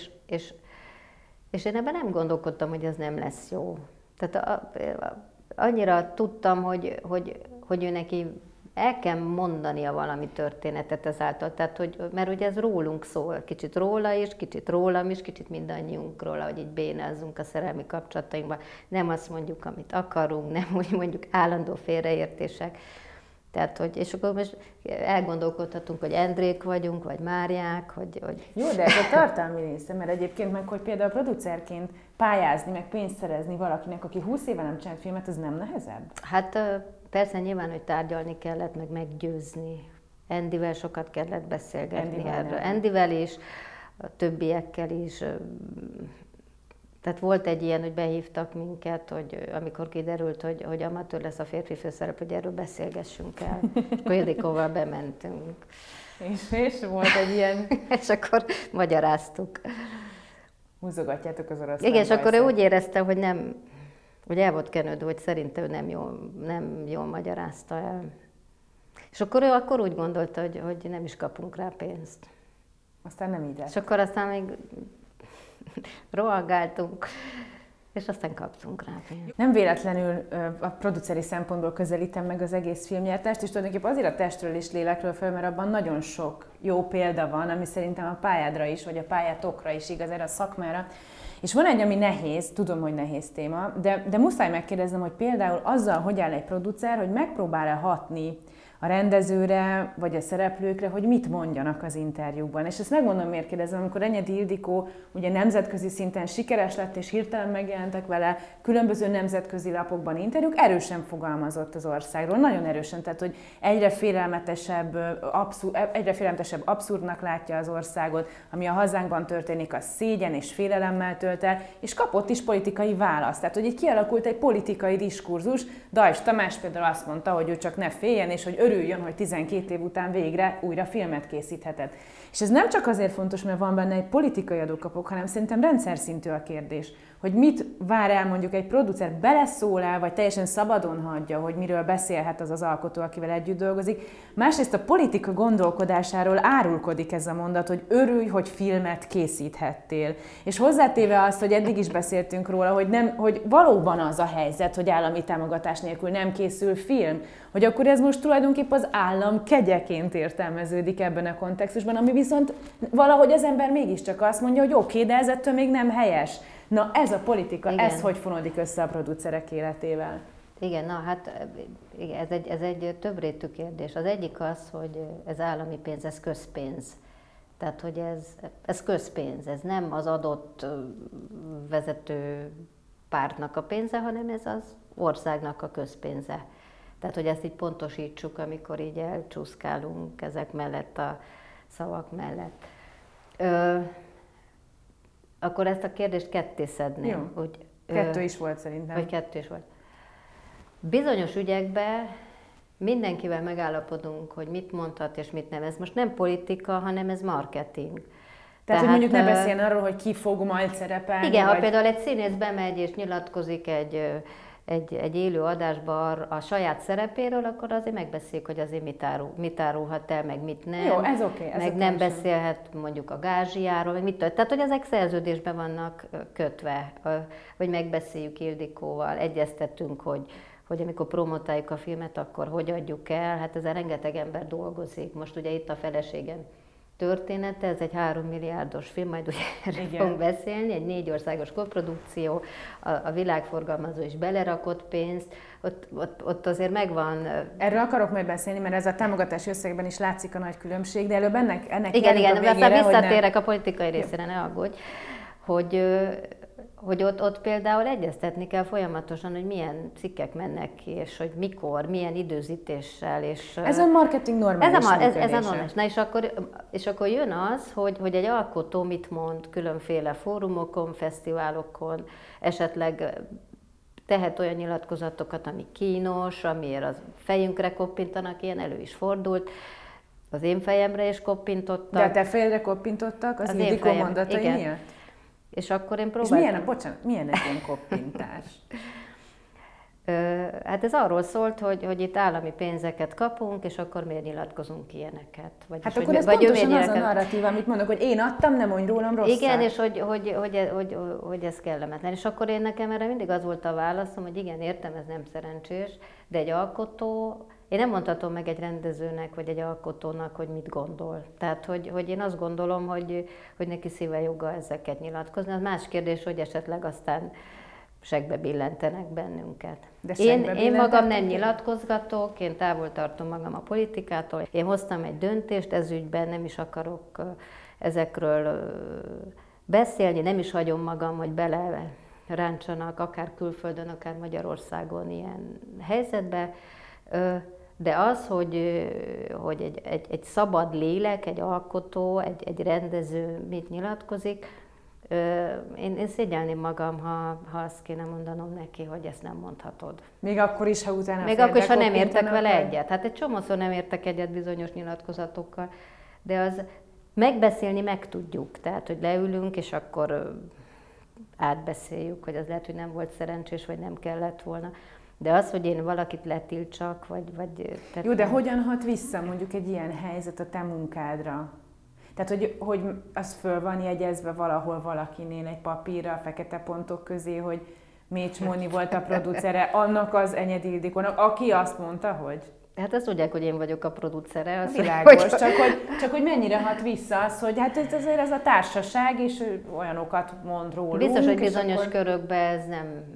és én ebben nem gondolkodtam, hogy ez nem lesz jó. Tehát annyira tudtam, hogy ő neki el kell mondania valami történetet ezáltal, tehát, mert ugye ez rólunk szól, kicsit róla is, kicsit rólam is, kicsit mindannyiunkról, hogy így bénázzunk a szerelmi kapcsolatainkban. Nem azt mondjuk, amit akarunk, nem úgy mondjuk állandó félreértések. Tehát, és akkor most elgondolkodhatunk, hogy Endrék vagyunk, vagy Máriák, hogy... Jó, de ez a tartalmi része, mert egyébként meg, hogy például producerként pályázni, meg pénzt szerezni valakinek, aki 20 éve nem csinált filmet, az nem nehezebb? Hát persze nyilván, hogy tárgyalni kellett, meg meggyőzni. Endivel sokat kellett beszélgetni erről. Endivel is, a többiekkel is. Tehát volt egy ilyen, hogy behívtak minket, hogy amikor kiderült, hogy amatőr lesz a férfi főszerep, hogy erről beszélgessünk el. És akkor Ildikóval bementünk. És volt egy ilyen... És akkor magyaráztuk. Húzogatjátok az oroszlán. Igen, és akkor ő úgy érezte, hogy nem, hogy el volt kenődve, hogy szerinte ő nem jól magyarázta el. És akkor ő úgy gondolta, hogy nem is kapunk rá pénzt. Aztán nem így lett. És akkor aztán még rohangáltunk, és aztán kaptunk rá pénzt. Nem véletlenül a produceri szempontból közelítem meg az egész filmgyártást, és tulajdonképpen azért a Testről és lélekről föl, mert abban nagyon sok jó példa van, ami szerintem a pályádra is, vagy a pályátokra is igaz, erre a szakmára. És van egy, ami nehéz, tudom, hogy nehéz téma, de muszáj megkérdeznem, hogy például azzal, hogy áll egy producer, hogy megpróbál-e hatni a rendezőre, vagy a szereplőkre, hogy mit mondjanak az interjúkban. És ezt megmondom, miért kérdezem, amikor Enyedi Ildikó ugye nemzetközi szinten sikeres lett, és hirtelen megjelentek vele különböző nemzetközi lapokban interjúk, erősen fogalmazott az országról, nagyon erősen, tehát hogy egyre félelmetesebb, abszurdnak látja az országot, ami a hazánkban történik, az szégyen és félelemmel tölt el, és kapott is politikai választ. Tehát, hogy így kialakult egy politikai diskurzus. Dajs Tamás például azt mondta, hogy ő csak ne féljen, és hogy örüljön, hogy 12 év után végre újra filmet készíthetett. És ez nem csak azért fontos, mert van benne egy politikai adókapok, hanem szerintem rendszer szintű a kérdés, hogy mit vár el mondjuk egy producer, beleszól el, vagy teljesen szabadon hagyja, hogy miről beszélhet az alkotó, akivel együtt dolgozik. Másrészt a politika gondolkodásáról árulkodik ez a mondat, hogy örülj, hogy filmet készíthettél. És hozzátéve azt, hogy eddig is beszéltünk róla, hogy valóban az a helyzet, hogy állami támogatás nélkül nem készül film, hogy akkor ez most tulajdonképpen az állam kegyeként értelmeződik ebben a kontextusban, ami viszont valahogy az ember mégiscsak azt mondja, hogy oké, de ez ettől még nem helyes. Na ez a politika, Igen. ez hogy fonódik össze a producerek életével? Igen, na hát igen, ez egy többrétű kérdés. Az egyik az, hogy ez állami pénz, ez közpénz. Tehát, hogy ez közpénz, ez nem az adott vezető pártnak a pénze, hanem ez az országnak a közpénze. Tehát, hogy ezt így pontosítsuk, amikor így elcsúszkálunk ezek mellett a szavak mellett. Akkor ezt a kérdést ketté szedném. Jó. Kettő is volt szerintem. Vagy kettő is volt. Bizonyos ügyekben mindenkivel megállapodunk, hogy mit mondhat és mit nem. Ez most nem politika, hanem ez marketing. Tehát, hogy mondjuk ne beszéljen arról, hogy ki fog majd szerepelni. Igen, ha például egy színész bemegy és nyilatkozik egy élő adásba a saját szerepéről, akkor azért megbeszéljük, hogy azért mit árulhat el, meg mit nem. Jó, ez oké. Meg nem beszélhet mondjuk a gázsiáról, meg mit tört. Tehát, hogy ezek szerződésben vannak kötve, hogy megbeszéljük Ildikóval, egyeztetünk, hogy amikor promotáljuk a filmet, akkor hogy adjuk el, hát ezen rengeteg ember dolgozik. Most ugye itt a feleségem története, ez egy 3 milliárdos film, majd ugye erről fogunk beszélni, egy 4 országos koprodukció, a világforgalmazó is belerakott pénzt, ott azért megvan... Erről akarok majd beszélni, mert ez a támogatási összegben is látszik a nagy különbség, de előbb ennek igen, a végére, aztán visszatérek a politikai részére, ne aggódj, hogy ott például egyeztetni kell folyamatosan, hogy milyen cikkek mennek ki, és hogy mikor, milyen időzítéssel. És ez a marketing normális ez a normális. Na és akkor jön az, hogy egy alkotó mit mond különféle fórumokon, fesztiválokon, esetleg tehet olyan nyilatkozatokat, ami kínos, amiért az fejünkre koppintanak, ilyen elő is fordult. Az én fejemre is koppintottak. De a te fejedre koppintottak az Ildikó mondatai miatt? És akkor én próbáltam... És milyen egy ilyen koppintás? Hát ez arról szólt, hogy itt állami pénzeket kapunk, és akkor miért nyilatkozunk ilyeneket? Vagyis, hát akkor ez pontosan az a narratív, amit mondok, hogy én adtam, nem mondj rólam rosszat. Igen, és hogy ez kellemetlen. És akkor nekem erre mindig az volt a válaszom, hogy igen, értem, ez nem szerencsés, de egy alkotó, én nem mondhatom meg egy rendezőnek, vagy egy alkotónak, hogy mit gondol. Tehát, hogy én azt gondolom, hogy neki szíve joga ezeket nyilatkozni. Az más kérdés, hogy esetleg aztán segbe billentenek bennünket. Én magam nem nyilatkozgatok, én távol tartom magam a politikától. Én hoztam egy döntést ez ügyben, nem is akarok ezekről beszélni, nem is hagyom magam, hogy bele ráncsanak akár külföldön, akár Magyarországon ilyen helyzetbe. De az, hogy egy szabad lélek, egy alkotó, egy rendező mit nyilatkozik, én szégyelném magam, ha azt kéne mondanom neki, hogy ezt nem mondhatod. Még akkor is, ha utána még akkor is, ha nem értek vele egyet. Hát egy csomószor nem értek egyet bizonyos nyilatkozatokkal, de az megbeszélni meg tudjuk. Tehát, hogy leülünk, és akkor átbeszéljük, hogy az lehet, hogy nem volt szerencsés, vagy nem kellett volna. De az, hogy én valakit letiltsak, vagy... Jó, de hogyan hat vissza mondjuk egy ilyen helyzet a te munkádra? Tehát, hogy az föl van jegyezve valahol valakinél egy papírra, fekete pontok közé, hogy Mécs Móni volt a producere, annak az Enyedi Ildikónak, aki azt mondta, hogy... Hát azt tudják, hogy én vagyok a producere. Az világos, csak hogy mennyire hat vissza az, hogy hát azért ez a társaság, és olyanokat mond rólunk. Biztos, hogy bizonyos körökben ez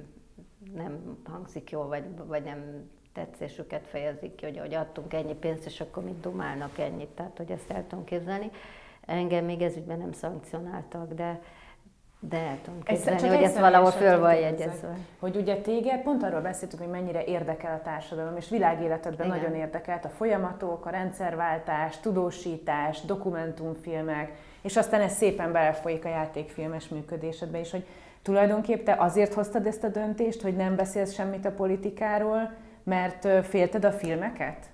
nem hangzik jól, vagy nem tetszésüket fejezik ki, hogy adtunk ennyi pénzt, és akkor mit dumálnak ennyit, tehát hogy ezt el tudom képzelni. Engem még ezügyben nem szankcionáltak, de el tudom képzelni, hogy ezt valahol föl van jegyezve. Hogy ugye téged, pont arról beszéltük, hogy mennyire érdekel a társadalom, és világéletedben nagyon érdekelt a folyamatok, a rendszerváltás, tudósítás, dokumentumfilmek, és aztán ez szépen belefolyik a játékfilmes működésedbe is, hogy tulajdonképpen te azért hoztad ezt a döntést, hogy nem beszélsz semmit a politikáról, mert félted a filmeket?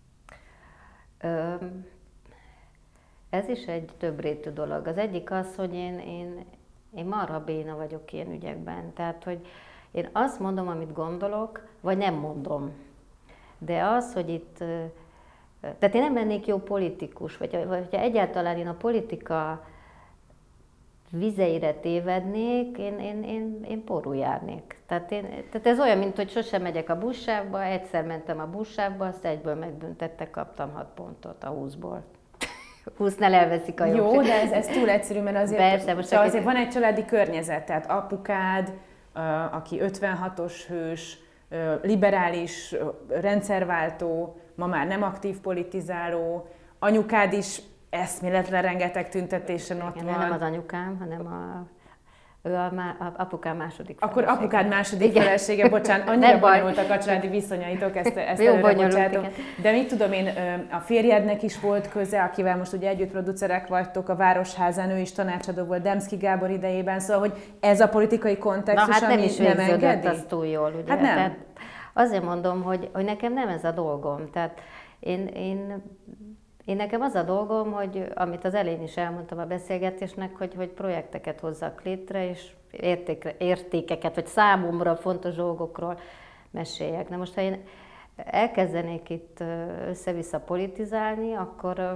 Ez is egy többrétű dolog. Az egyik az, hogy én marha béna vagyok ilyen ügyekben. Tehát, hogy én azt mondom, amit gondolok, vagy nem mondom. De az, hogy itt... Tehát én nem lennék jó politikus, vagy ha egyáltalán én a politika vizeire tévednék, én pórul járnék. Tehát ez olyan, mint hogy sosem megyek a buszsávba, egyszer mentem a buszsávba, azt egyből megbüntettek, kaptam 6 pontot a 20-ból. 20-nál elveszik a jobb. Jó, de ez túl egyszerű, mert azért, persze, most azért van egy családi környezet, tehát apukád, aki 56-os hős, liberális, rendszerváltó, ma már nem aktív politizáló, anyukád is eszméletlen rengeteg tüntetésen ott van. Nem az anyukám, hanem ő apukám második Akkor felesége. apukád második felesége, bocsánat, annyira bonyolultak a családi viszonyaitok, ezt előre bocsátom. De mit tudom én, a férjednek is volt köze, akivel most ugye együtt producerek vagytok, a Városházán, ő is tanácsadó volt Demszky Gábor idejében, szóval, hogy ez a politikai kontextus, ami nem engedi? Az túl jól, ugye? Hát nem. Tehát azért mondom, hogy nekem nem ez a dolgom. Tehát én nekem az a dolgom, hogy amit az elején is elmondtam a beszélgetésnek, hogy projekteket hozzak létre, és értékeket, vagy számomra fontos dolgokról meséljek. Na most, ha én elkezdenék itt össze-vissza politizálni, akkor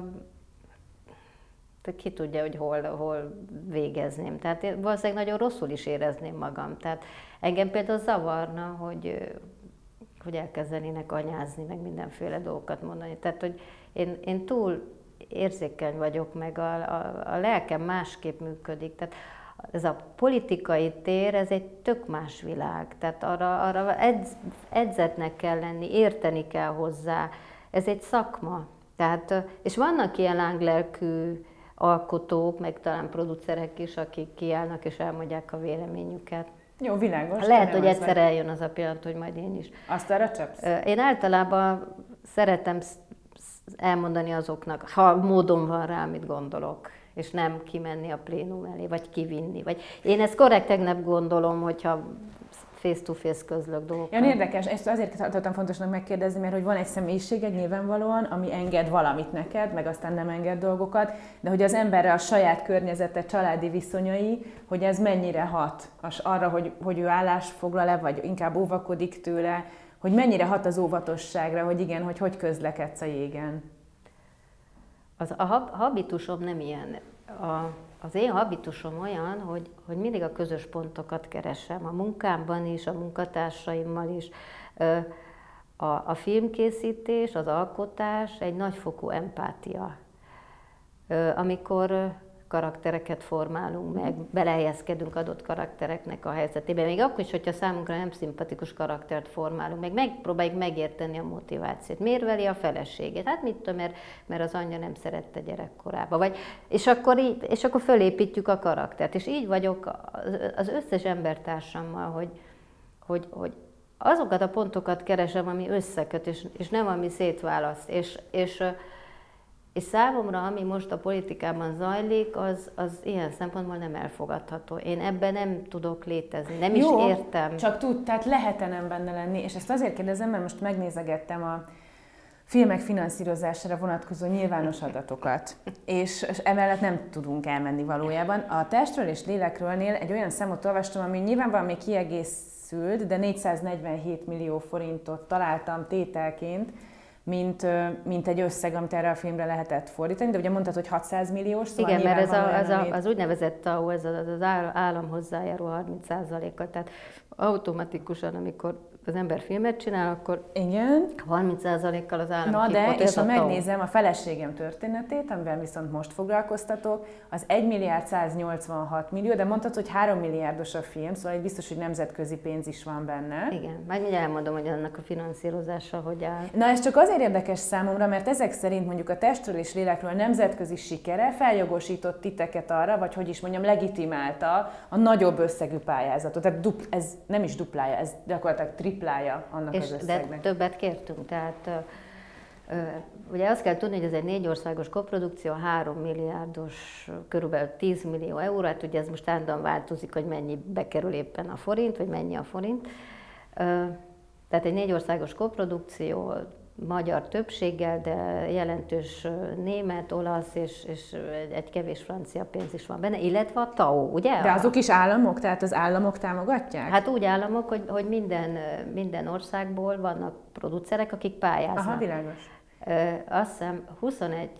ki tudja, hogy hol végezném. Tehát én valószínűleg nagyon rosszul is érezném magam. Tehát engem például zavarna, hogy elkezdenének anyázni, meg mindenféle dolgokat mondani. Tehát, hogy én túl érzékeny vagyok, meg a lelkem másképp működik. Tehát ez a politikai tér, ez egy tök más világ. Tehát arra edzetnek kell lenni, érteni kell hozzá. Ez egy szakma. Tehát, és vannak ilyen lánglelkű alkotók, meg talán producerek is, akik kiállnak és elmondják a véleményüket. Jó, világos. Lehet, hogy egyszer eljön az a pillanat, hogy majd én is. Azt arra csapsz? Én általában szeretem elmondani azoknak, ha módon van rá, mit gondolok, és nem kimenni a plénum elé, vagy kivinni. Vagy én ezt korrektebbnek gondolom, hogyha face-to-face közlök dolgokat. Olyan érdekes, ezt azért tartottam fontosnak megkérdezni, mert hogy van egy személyiséged nyilvánvalóan, ami enged valamit neked, meg aztán nem enged dolgokat, de hogy az emberre a saját környezete, családi viszonyai, hogy ez mennyire hat arra, hogy ő állást foglal-e, vagy inkább óvakodik tőle, hogy mennyire hat az óvatosságra, hogy igen, hogy közlekedsz a jégen. A habitusom nem ilyen. Az én habitusom olyan, hogy mindig a közös pontokat keresem, a munkámban is, a munkatársaimmal is. A filmkészítés, az alkotás egy nagyfokú empátia. Amikor karaktereket formálunk meg, belehelyezkedünk adott karaktereknek a helyzetébe. Még akkor is, hogyha számunkra nem szimpatikus karaktert formálunk meg, megpróbáljuk megérteni a motivációt. Miért veli a feleségét? Hát mit tudom, mert az anyja nem szerette gyerekkorában. És akkor fölépítjük a karaktert. És így vagyok az összes embertársammal, hogy azokat a pontokat keresem, ami összeköt, és nem ami szétválaszt. És számomra, ami most a politikában zajlik, az ilyen szempontból nem elfogadható. Én ebben nem tudok létezni, nem is értem. Csak tehát lehet-e nem benne lenni, és ezt azért kérdezem, mert most megnézegettem a filmek finanszírozására vonatkozó nyilvános adatokat, és emellett nem tudunk elmenni valójában. A Testről és lélekről-nél egy olyan számot olvastam, ami nyilvánvalóan még kiegészült, de 447 millió forintot találtam tételként, mint egy összeg, amit erre a filmre lehetett fordítani, de ugye mondtad, hogy 600 milliós, szóval igen, mert az úgynevezett TAO, ez az állam hozzájárul 30%-a, tehát automatikusan, amikor az ember filmet csinál, akkor igen. 30%-kal az állam na kipot, de, és ha megnézem a feleségem történetét, amivel viszont most foglalkoztatok, az 1 milliárd 186 millió, de mondtad, hogy 3 milliárdos a film, szóval biztos, hogy nemzetközi pénz is van benne. Igen, majd mindjárt elmondom, hogy annak a finanszírozása hogy áll. Na ez csak azért érdekes számomra, mert ezek szerint mondjuk a Testről és lélekről nemzetközi sikere feljogosított titeket arra, vagy hogy is mondjam, legitimálta a nagyobb összegű pályázatot. Tehát ez nem is duplája, ez gyakorlatilag triplája annak az összegnek. De többet kértünk, tehát ugye azt kell tudni, hogy ez egy 4 országos koprodukció, 3 milliárdos, körülbelül 10 millió euró, hát ugye ez most állandóan változik, hogy mennyibe kerül éppen a forint, vagy mennyi a forint. Tehát egy 4 országos koprodukció, magyar többséggel, de jelentős német, olasz és egy kevés francia pénz is van benne, illetve a TAO, ugye? De azok is államok? Tehát az államok támogatják? Hát úgy államok, hogy minden országból vannak producerek, akik pályáznak. Aha, világos. Azt hiszem 21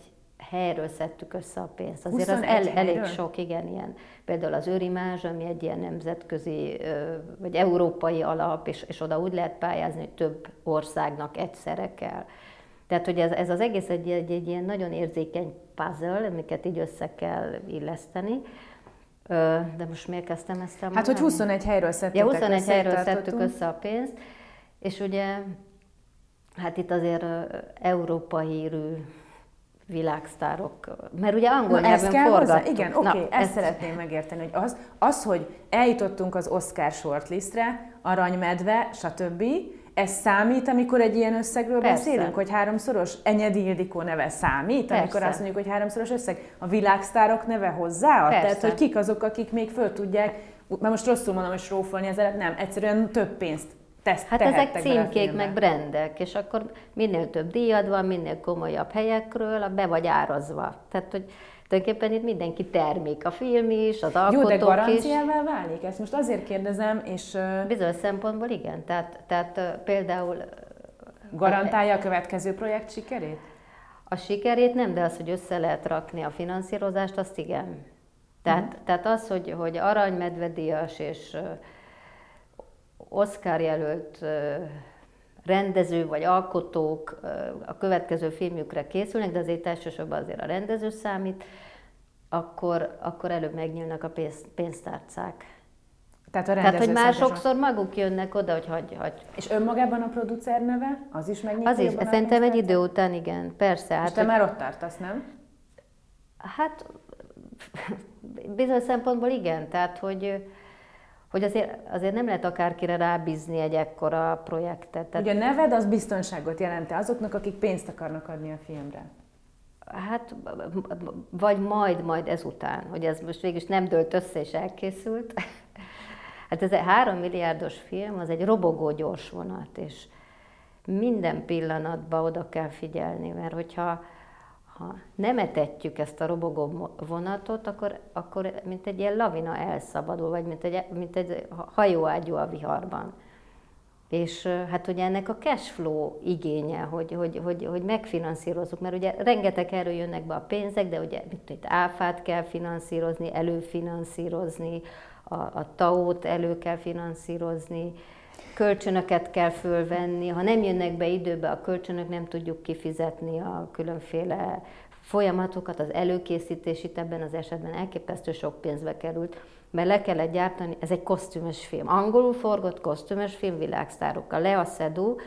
helyről szedtük össze a pénzt. Azért az 21 elég helyről? sok, igen, ilyen. Például az Őrimázs, ami egy ilyen nemzetközi vagy európai alap, és oda úgy lehet pályázni, hogy több országnak egyszerre kell. Tehát, hogy ez az egész egy ilyen nagyon érzékeny puzzle, amiket így össze kell illeszteni. De most miért kezdtem ezt el? Hát, hogy 21 helyről szedtétek össze. 21 helyről szedtük tartottunk. össze a pénzt, és ugye, hát itt azért európai hírű világsztárok, mert ugye angol nyelven forgattuk. Igen, oké, ezt szeretném megérteni, hogy hogy eljutottunk az Oscar shortlistre, Aranymedve, stb., ez számít, amikor egy ilyen összegről beszélünk, hogy háromszoros? Enyedi Ildikó neve számít, amikor azt mondjuk, hogy háromszoros összeg? A világsztárok neve hozzáad? Tehát, hogy kik azok, akik még föl tudják, mert most rosszul mondom, hogy srófolni az elet, nem, egyszerűen több pénzt hát ezek címkék, meg brandek, és akkor minél több díjad van, minél komolyabb helyekről, be vagy árazva. Tehát, hogy tulajdonképpen itt mindenki termék, a film is, az alkotók is. Jó, de garanciával válik? Ezt most azért kérdezem, és... Bizonyos szempontból igen. Tehát például... Garantálja a következő projekt sikerét? A sikerét nem, de az, hogy össze lehet rakni a finanszírozást, azt igen. Tehát az, hogy aranymedvedíjas és Oscar jelölt rendező vagy alkotók a következő filmjükre készülnek, de azért elsősorban azért a rendező számít, akkor előbb megnyílnak a pénztárcák. Tehát, hogy már sokszor maguk jönnek oda, hogy hagy. És önmagában a producer neve? Az is megnyitja? Az is, szerintem egy idő után igen, persze. És te már ott tartasz, nem? Hát bizonyos szempontból igen, tehát hogy azért nem lehet akárkire rábízni egy ekkora projektet. Ugye a neved az biztonságot jelent azoknak, akik pénzt akarnak adni a filmre? Hát, vagy majd ezután, hogy ez most végülis nem dőlt össze és elkészült. Hát ez egy 3 milliárdos film, az egy robogó gyors vonat, és minden pillanatban oda kell figyelni, mert hogyha nem etetjük ezt a robogó vonatot, akkor mint egy ilyen lavina elszabadul, vagy mint egy hajóágyú a viharban. És hát ugye ennek a cash flow igénye, hogy megfinanszírozzuk, mert ugye rengeteg erről jönnek be a pénzek, de ugye itt áfát kell finanszírozni, előfinanszírozni, a TAO-t elő kell finanszírozni, kölcsönöket kell fölvenni, ha nem jönnek be időbe a kölcsönök, nem tudjuk kifizetni a különféle folyamatokat, az előkészítés itt ebben az esetben elképesztő sok pénzbe került, mert le kellett gyártani, ez egy kosztümös film, angolul forgott kosztümös film világsztárokkal. Lea Seydoux,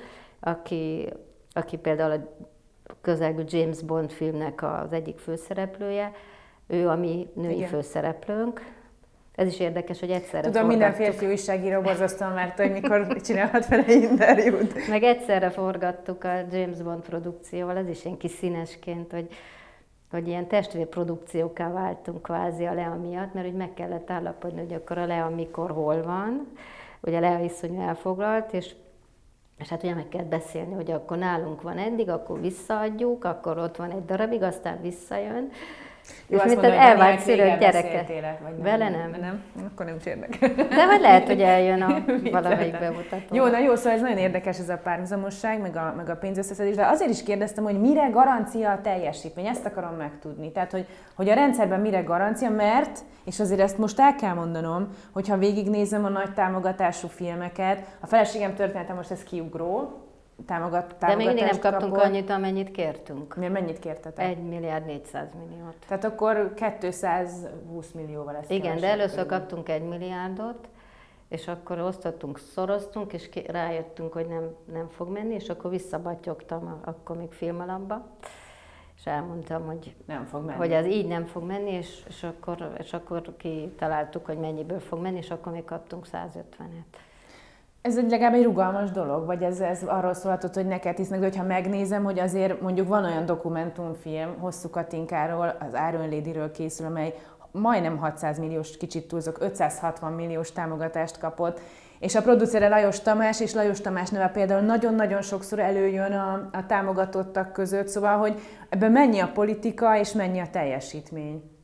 aki például a közelgő James Bond filmnek az egyik főszereplője, ő a mi női főszereplőnk. Ez is érdekes, hogy egyszerre Tudom, minden férfi újságíró borzasztóan várta, hogy mikor csinálhat vele interjút. Meg egyszerre forgattuk a James Bond produkcióval, ez is ilyen kis színesként, hogy ilyen testvérprodukciókká váltunk kvázi a Lea miatt, mert hogy meg kellett állapodni, hogy akkor a Lea mikor, hol van. Ugye Lea iszonyú elfoglalt, és hát ugye meg kell beszélni, hogy akkor nálunk van eddig, akkor visszaadjuk, akkor ott van egy darabig, aztán visszajön. Jó, és azt mint mondom, az elvált szülött gyereke. Vele nem? Akkor nem is érdekel. De vagy lehet, hogy eljön a valamelyik bemutató. Jó, szóval ez nagyon érdekes ez a párhuzamosság, meg a pénzösszeszedés, de azért is kérdeztem, hogy mire garancia a teljesítmény, ezt akarom megtudni. Tehát, hogy a rendszerben mire garancia, mert, és azért ezt most el kell mondanom, hogyha végignézem a nagy támogatású filmeket, a feleségem története most ez kiugró, de még mindig nem kaptunk annyit, amennyit kértünk. Miért mennyit kértetek? 1 milliárd 400 milliót. Tehát akkor 220 millióval lesz. Igen, de először kaptunk 1 milliárdot, és akkor osztottunk, szoroztunk, és rájöttünk, hogy nem fog menni, és akkor visszabattyogtam akkor még filmalapba, és elmondtam, hogy nem fog menni. Hogy ez így nem fog menni, és akkor kitaláltuk, hogy mennyiből fog menni, és akkor még kaptunk 150-et. Ez legalább egy rugalmas dolog, vagy ez arról szólhatott, hogy neked hisznek, de hogyha megnézem, hogy azért mondjuk van olyan dokumentumfilm, Hosszú Katinkáról, az Iron Lady-ről készül, amely majdnem 600 milliós, kicsit túlzok, 560 milliós támogatást kapott, és a producere Lajos Tamás, és Lajos Tamás neve például nagyon-nagyon sokszor előjön a támogatottak között, szóval, hogy ebben mennyi a politika, és mennyi a teljesítmény.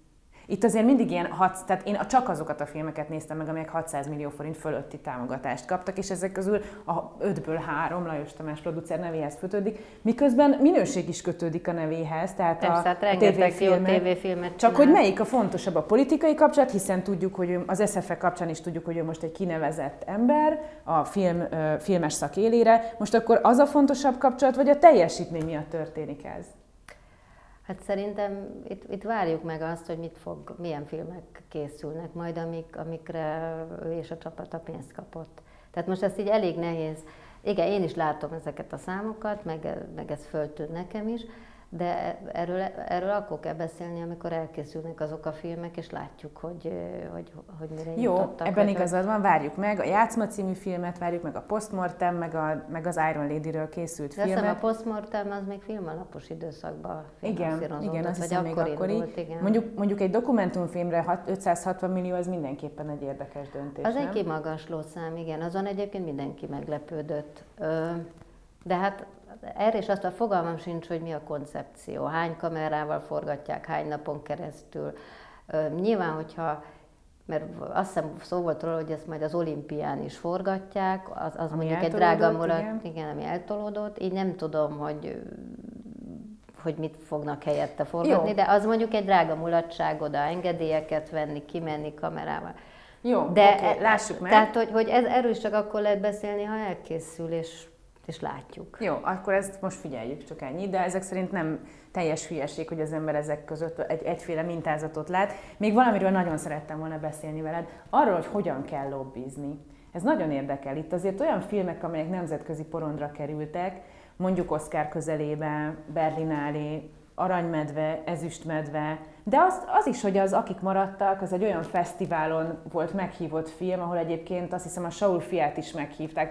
Itt azért mindig ilyen, tehát én csak azokat a filmeket néztem meg, amelyek 600 millió forint fölötti támogatást kaptak, és ezek közül a 5-ből 3 Lajos Tamás producer nevéhez kötődik, miközben minőség is kötődik a nevéhez, tehát persze, a tévéfilmet csak hogy melyik a fontosabb, a politikai kapcsolat, hiszen tudjuk, hogy az SFE kapcsán is tudjuk, hogy ő most egy kinevezett ember a filmes szak élére. Most akkor az a fontosabb kapcsolat, vagy a teljesítmény miatt történik ez? Hát szerintem itt várjuk meg azt, hogy milyen filmek készülnek majd, amikre ő és a csapata pénzt kapott. Tehát most ezt így elég nehéz. Igen, én is látom ezeket a számokat, meg ez föltűnt nekem is, de erről akkor kell beszélni, amikor elkészülnek azok a filmek, és látjuk, hogy mire nyitottak. Jó, ebben igazad van, várjuk meg a Játszma című filmet, várjuk meg a Postmortem, meg az Iron Lady-ről készült filmet. De a Postmortem az még filmalapos időszakban finanszírozódott. Igen, azt hiszem még akkor így. Mondjuk egy dokumentumfilmre 560 millió, az mindenképpen egy érdekes döntés, az egy kimagasló szám, igen, azon egyébként mindenki meglepődött. De hát erre is azt a fogalmam sincs, hogy mi a koncepció, hány kamerával forgatják, hány napon keresztül. Nyilván, mert azt hiszem szó volt róla, hogy ezt majd az olimpián is forgatják, az mondjuk egy drága mulat, igen, ami eltolódott, így nem tudom, hogy mit fognak helyette forgatni, jó. De az mondjuk egy drága mulatság, oda engedélyeket venni, kimenni kamerával. Jó, de lássuk meg. Tehát, hogy erről is csak akkor lehet beszélni, ha elkészül, és látjuk. Jó, akkor ezt most figyeljük, csak ennyi, de ezek szerint nem teljes hülyeség, hogy az ember ezek között egyféle mintázatot lát. Még valamiről nagyon szerettem volna beszélni veled, arról, hogy hogyan kell lobbizni. Ez nagyon érdekel. Itt azért olyan filmek, amelyek nemzetközi porondra kerültek, mondjuk Oscar közelébe, Berlinálé, Aranymedve, Ezüstmedve, de az is, hogy akik maradtak, az egy olyan fesztiválon volt meghívott film, ahol egyébként azt hiszem a Saul fiát is meghívták.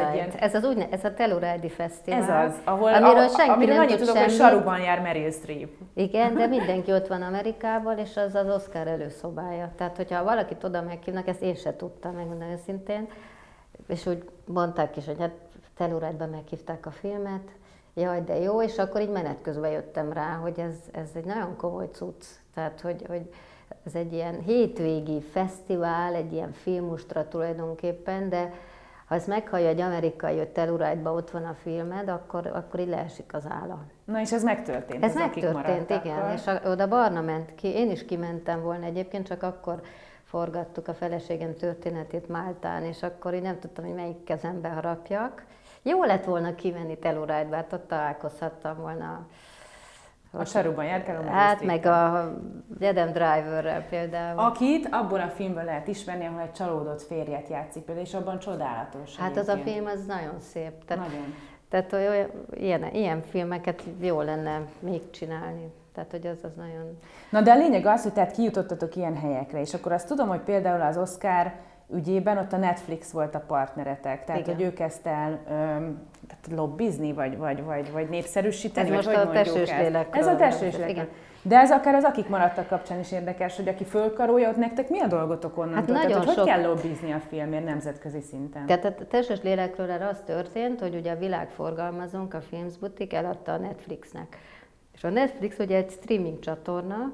Ez a Telluride Fesztivál. Ez az, amiről annyit tudok, hogy saruban jár Meryl Streep. Igen, de mindenki ott van Amerikában, és az az Oscar előszobája. Tehát, hogyha valakit oda meghívnak, ezt én se tudtam, megmondani őszintén, és úgy mondták is, hogy hát Telluride-ben meghívták a filmet, jaj, de jó, és akkor így menet közben jöttem rá, hogy ez egy nagyon komoly cucc. Tehát, hogy ez egy ilyen hétvégi fesztivál, egy ilyen filmustra tulajdonképpen, de ha ezt meghallja egy amerikai, hogy Telluride-ban ott van a filmed, akkor így leesik az álla. Na és ez megtörtént? Ez megtörtént, igen, és oda Barna ment ki, én is kimentem volna egyébként, csak akkor forgattuk a feleségem történetét Máltán, és akkor így nem tudtam, hogy melyik kezembe harapjak. Jó lett volna kimenni Telluride-ba, hát ott találkozhattam volna. A saruban járkálom. Hát meg a Adam Driverrel például. Akit abból a filmből lehet ismerni, ahol egy csalódott férjet játszik például, és abban csodálatos. Hát az a film az nagyon szép. Nagyon. Tehát ilyen filmeket jó lenne még csinálni. Tehát, hogy az nagyon... Na de a lényeg az, hogy tehát kijutottatok ilyen helyekre, és akkor azt tudom, hogy például az Oscar ügyében ott a Netflix volt a partneretek, tehát igen. Hogy ő kezdte el lobbizni, vagy népszerűsíteni, ez vagy most hogy a testős lélekről. Ez a testős lélekről. De ez akár az akik maradtak kapcsán is érdekes, hogy aki fölkarolja, ott nektek mi a dolgotok onnantól? Hát tehát, hogy kell lobbizni a filmért nemzetközi szinten? Tehát a testős lélekről az történt, hogy ugye a Világforgalmazónk, a Films Boutique eladta a Netflixnek. És a Netflix ugye egy streaming csatorna,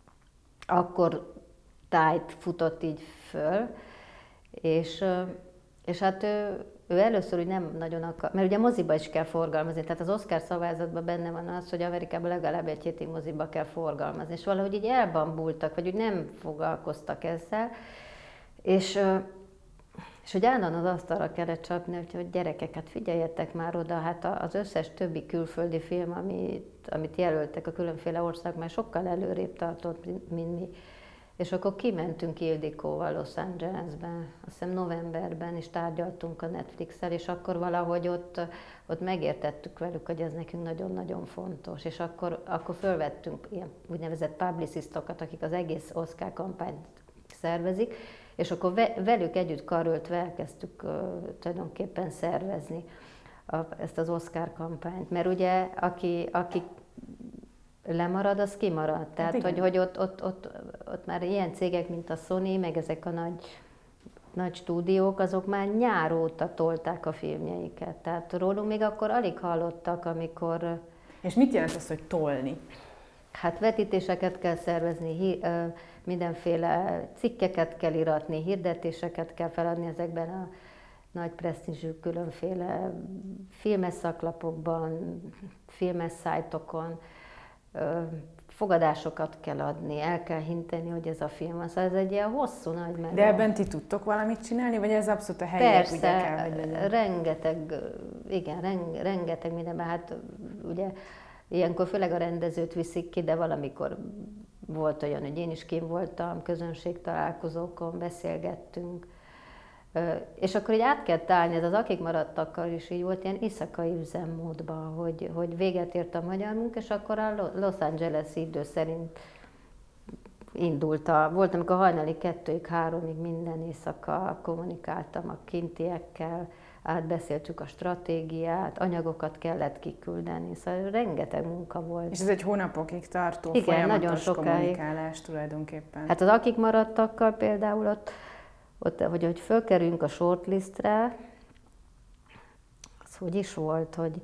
akkor tájt futott így föl, és hát ő először úgy nem nagyon akar, mert ugye moziba is kell forgalmazni, tehát az Oscar szavazatban benne van az, hogy Amerikában legalább egy hétig moziba kell forgalmazni, és valahogy így elbambultak, vagy úgy nem foglalkoztak ezzel, és hogy állandóan az asztalra kellett csapni, hogy gyerekeket figyeljetek már oda, hát az összes többi külföldi film, amit jelöltek a különféle országban, már sokkal előrébb tartott, mint mi. És akkor kimentünk Ildikóval Los Angelesben, azt hiszem novemberben, és tárgyaltunk a Netflix-el, és akkor valahogy ott megértettük velük, hogy ez nekünk nagyon-nagyon fontos. És akkor fölvettünk ilyen úgynevezett publicistokat, akik az egész Oscar kampányt szervezik, és akkor velük együtt karöltve elkezdtük tulajdonképpen szervezni ezt az Oscar kampányt. Mert ugye, aki lemarad, az kimarad. Tehát, hogy ott már ilyen cégek, mint a Sony, meg ezek a nagy stúdiók, azok már nyár óta tolták a filmjeiket. Tehát rólunk még akkor alig hallottak, amikor... És mit jelent az, hogy tolni? Hát vetítéseket kell szervezni, mindenféle cikkeket kell iratni, hirdetéseket kell feladni ezekben a nagy presztízsű különféle filmes szaklapokban, filmes szájtokon, fogadásokat kell adni, el kell hinteni, hogy ez a film van. Szóval ez egy ilyen hosszú nagy menő. De ebben ti tudtok valamit csinálni, vagy ez abszolút a helyiek ugye kell, hogy legyen? rengeteg mindenben. Hát ugye ilyenkor főleg a rendezőt viszik ki, de valamikor volt olyan, hogy én is kint voltam, közönségtalálkozókon beszélgettünk. És akkor így át kell állni, ez az Akik maradtakkal is így volt, ilyen éjszakai üzemmódban, hogy véget ért a magyar munka, és akkor a Los Angeles idő szerint indult. Volt, amikor hajnali 2-ig, 3-ig minden éjszaka kommunikáltam a kintiekkel, átbeszéltük a stratégiát, anyagokat kellett kiküldeni, szóval rengeteg munka volt. És ez egy hónapokig tartó, igen, folyamatos nagyon sokáig. kommunikálás tulajdonképpen. Hát az Akik maradtakkal például ott hogy fölkerülünk a shortlistre, az hogy is volt, hogy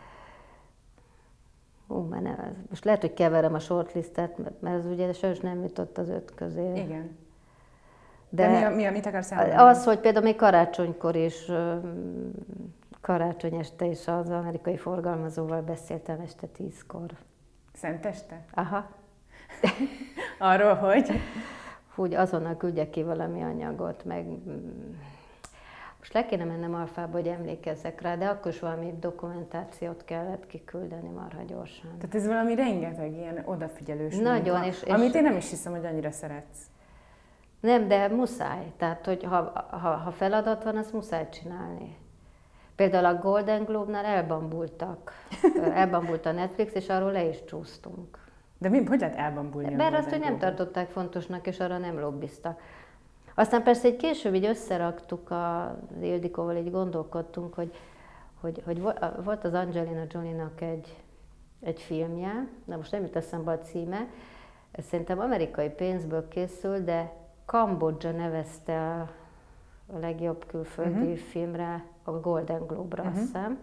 most lehet, hogy keverem a shortlistet, mert az ugye sajnos nem jutott az 5 közé. Igen. De mit akarsz elmondani? Az, hogy például még karácsonykor is, karácsony este is az amerikai forgalmazóval beszéltem este 10-kor. Szenteste? Aha. Arról, hogy? Úgy azonnal küldjek ki valami anyagot, meg most le kéne mennem Alfába, hogy emlékezzek rá, de akkor is valami dokumentációt kellett kiküldeni marha gyorsan. Tehát ez valami rengeteg ilyen odafigyelős nagyon, munka, és amit én nem is hiszem, hogy annyira szeretsz. Nem, de muszáj. Tehát, hogy ha feladat van, azt muszáj csinálni. Például a Golden Globe-nál elbambult a Netflix, és arról le is csúsztunk. De hogy lehet elbambulni? Mert azt, hogy nem tartották fontosnak, és arra nem lobbiztak. Aztán persze egy később így összeraktuk az Ildikóval, így gondolkodtunk, hogy volt az Angelina Jolie-nak egy filmje, de most nem jut eszembe a címe, ez szerintem amerikai pénzből készül, de Kambodzsa nevezte a legjobb külföldi filmre, a Golden Globe-ra, azt hiszem.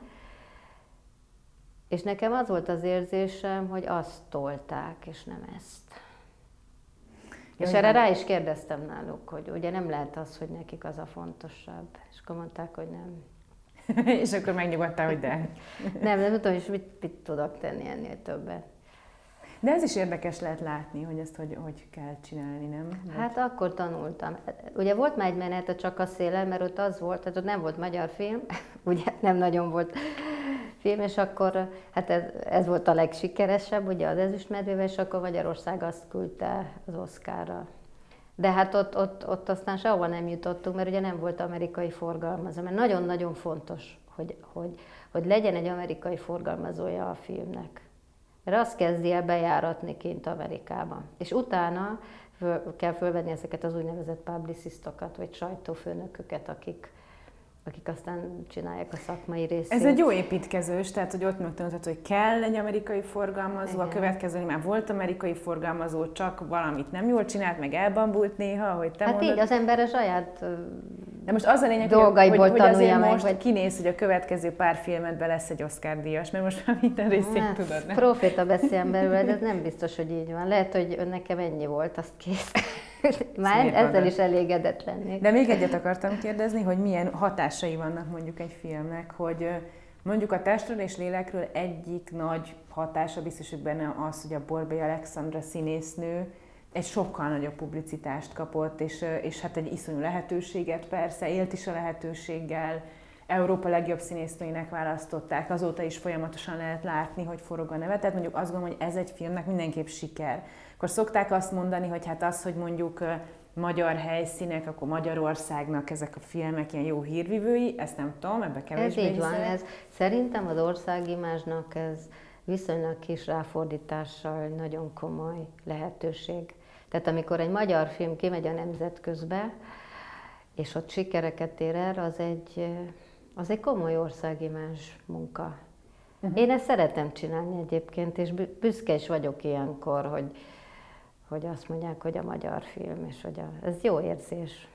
És nekem az volt az érzésem, hogy azt tolták, és nem ezt. És erre rá is kérdeztem náluk, hogy ugye nem lehet az, hogy nekik az a fontosabb. És akkor mondták, hogy nem. És akkor megnyugodtál, hogy de. Nem tudom, és mit tudok tenni ennél többet. De ez is érdekes lehet látni, hogy ezt hogy kell csinálni, nem? Hát akkor tanultam. Ugye volt már egy menet a Csak a szélen, mert ott az volt, tehát ott nem volt magyar film, ugye nem nagyon volt film, és akkor hát ez volt a legsikeresebb, ugye az Ezüstmedvével, és akkor Magyarország azt küldte az Oscarra. De hát ott aztán sehova nem jutottunk, mert ugye nem volt amerikai forgalmazó, mert nagyon-nagyon fontos, hogy legyen egy amerikai forgalmazója a filmnek. Mert azt kezdi el bejáratni kint Amerikában. És utána kell fölvenni ezeket az úgynevezett publicistokat, vagy sajtófőnököket, akik aztán csinálják a szakmai részét. Ez egy jó építkezős, tehát hogy ott megtanultad, hogy kell egy amerikai forgalmazó, igen. A következő már volt amerikai forgalmazó, csak valamit nem jól csinált, meg elbambult néha, ahogy te mondod. Hát így az ember a saját de most az a lényeg, hogy azért meg, most kinéz, hogy a következő pár filmedben lesz egy Oscar-díjas, mert most már minden részét tudod, nem? Proféta beszél belőle, de ez nem biztos, hogy így van. Lehet, hogy nekem ennyi volt, azt kész. Már ezzel is elégedett lennék. De még egyet akartam kérdezni, hogy milyen hatásai vannak mondjuk egy filmnek, hogy mondjuk a testről és lélekről egyik nagy hatása biztos, hogy benne az, hogy a Borbély Alexandra színésznő egy sokkal nagyobb publicitást kapott, és hát egy iszonyú lehetőséget persze, élt is a lehetőséggel, Európa legjobb színésznőinek választották, azóta is folyamatosan lehet látni, hogy forog a neve, tehát mondjuk azt gondolom, hogy ez egy filmnek mindenképp siker. Akkor szokták azt mondani, hogy hát az, hogy mondjuk magyar helyszínek, akkor Magyarországnak ezek a filmek ilyen jó hírvivői, ezt nem tudom, ebbe kevésbé hiszek. Ez így van, szerintem az országimázsnak ez viszonylag kis ráfordítással nagyon komoly lehetőség. Tehát amikor egy magyar film kimegy a nemzetközbe, és ott sikereket ér el, az egy komoly országimázs munka. Én ezt szeretem csinálni egyébként, és büszke is vagyok ilyenkor, hogy azt mondják, hogy a magyar film, és hogy ez jó érzés.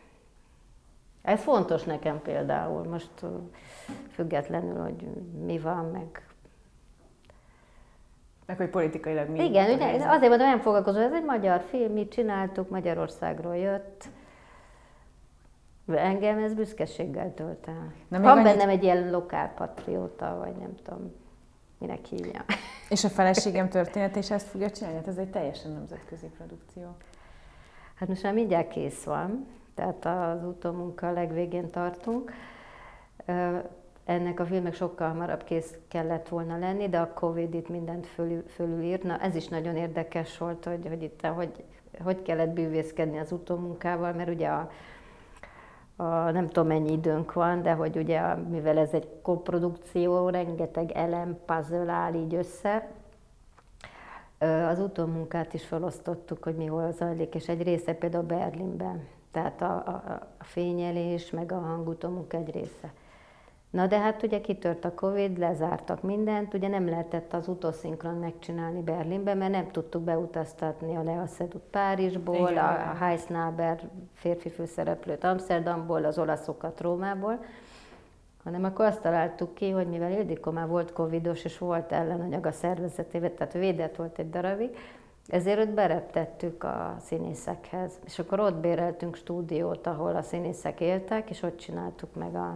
Ez fontos nekem például, most függetlenül, hogy mi van, meg Meg hogy politikailag mi. Igen, ugye, azért mondom, nem foglalkozó, ez egy magyar film, mi csináltuk, Magyarországról jött. Engem ez büszkeséggel tölt el. Van bennem egy ilyen lokálpatrióta, vagy nem tudom, minek hívja. És a feleségem története is ezt fogja csinálni? Hát ez egy teljesen nemzetközi produkció. Hát most már mindjárt kész van, tehát az utómunka a legvégén tartunk. Ennek a filmnek sokkal hamarabb kész kellett volna lenni, de a Covid itt mindent fölülírt. Na, ez is nagyon érdekes volt, hogy itt hogy kellett bűvészkedni az utómunkával, mert ugye nem tudom mennyi időnk van, de hogy ugye mivel ez egy koprodukció, rengeteg elem, puzzle áll így össze. Az utómunkát is felosztottuk, hogy mi hol zajlik, és egy része például Berlinben. Tehát a fényelés, meg a hangutómunka egy része. Na de hát ugye kitört a Covid, lezártak mindent, ugye nem lehetett az utószinkron megcsinálni Berlinben, mert nem tudtuk beutaztatni a Lea Seydoux Párizsból, a Heisnaber férfi főszereplőt Amsterdamból, az olaszokat Rómából, hanem akkor azt találtuk ki, hogy mivel Ildikó már volt covidos, és volt ellenanyag a szervezetében, tehát védett volt egy darabig, ezért őt bereptettük a színészekhez. És akkor ott béreltünk stúdiót, ahol a színészek éltek, és ott csináltuk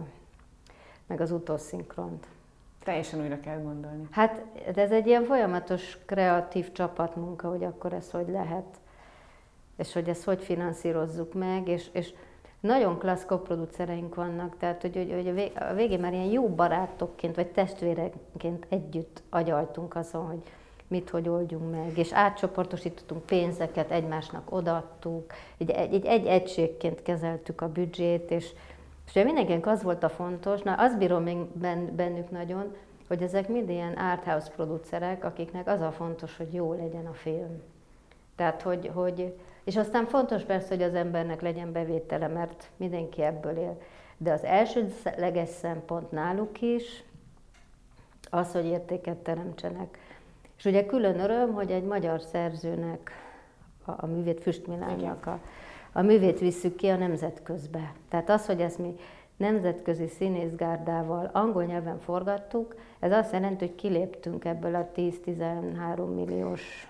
meg az utószinkront. Teljesen újra kell gondolni. Hát ez egy ilyen folyamatos kreatív csapatmunka, hogy akkor ez hogy lehet, és hogy ezt hogy finanszírozzuk meg, és nagyon klassz koproducereink vannak, tehát hogy a végén már ilyen jó barátokként, vagy testvéreként együtt agyaltunk azon, hogy hogy oldjunk meg, és átcsoportosítottunk pénzeket, egymásnak odaadtuk, egy egységként kezeltük a büdzsét, és ugye mindenkinek az volt a fontos, azt bírom még bennük nagyon, hogy ezek mind ilyen arthouse producerek, akiknek az a fontos, hogy jó legyen a film. Tehát, és aztán fontos persze, hogy az embernek legyen bevétele, mert mindenki ebből él. De az elsődleges szempont náluk is az, hogy értéket teremtsenek. És ugye külön öröm, hogy egy magyar szerzőnek a művét, Füst Milánnak a művét visszük ki a nemzetközbe. Tehát az, hogy ezt mi nemzetközi színészgárdával angol nyelven forgattuk, ez azt jelenti, hogy kiléptünk ebből a 10-13 milliós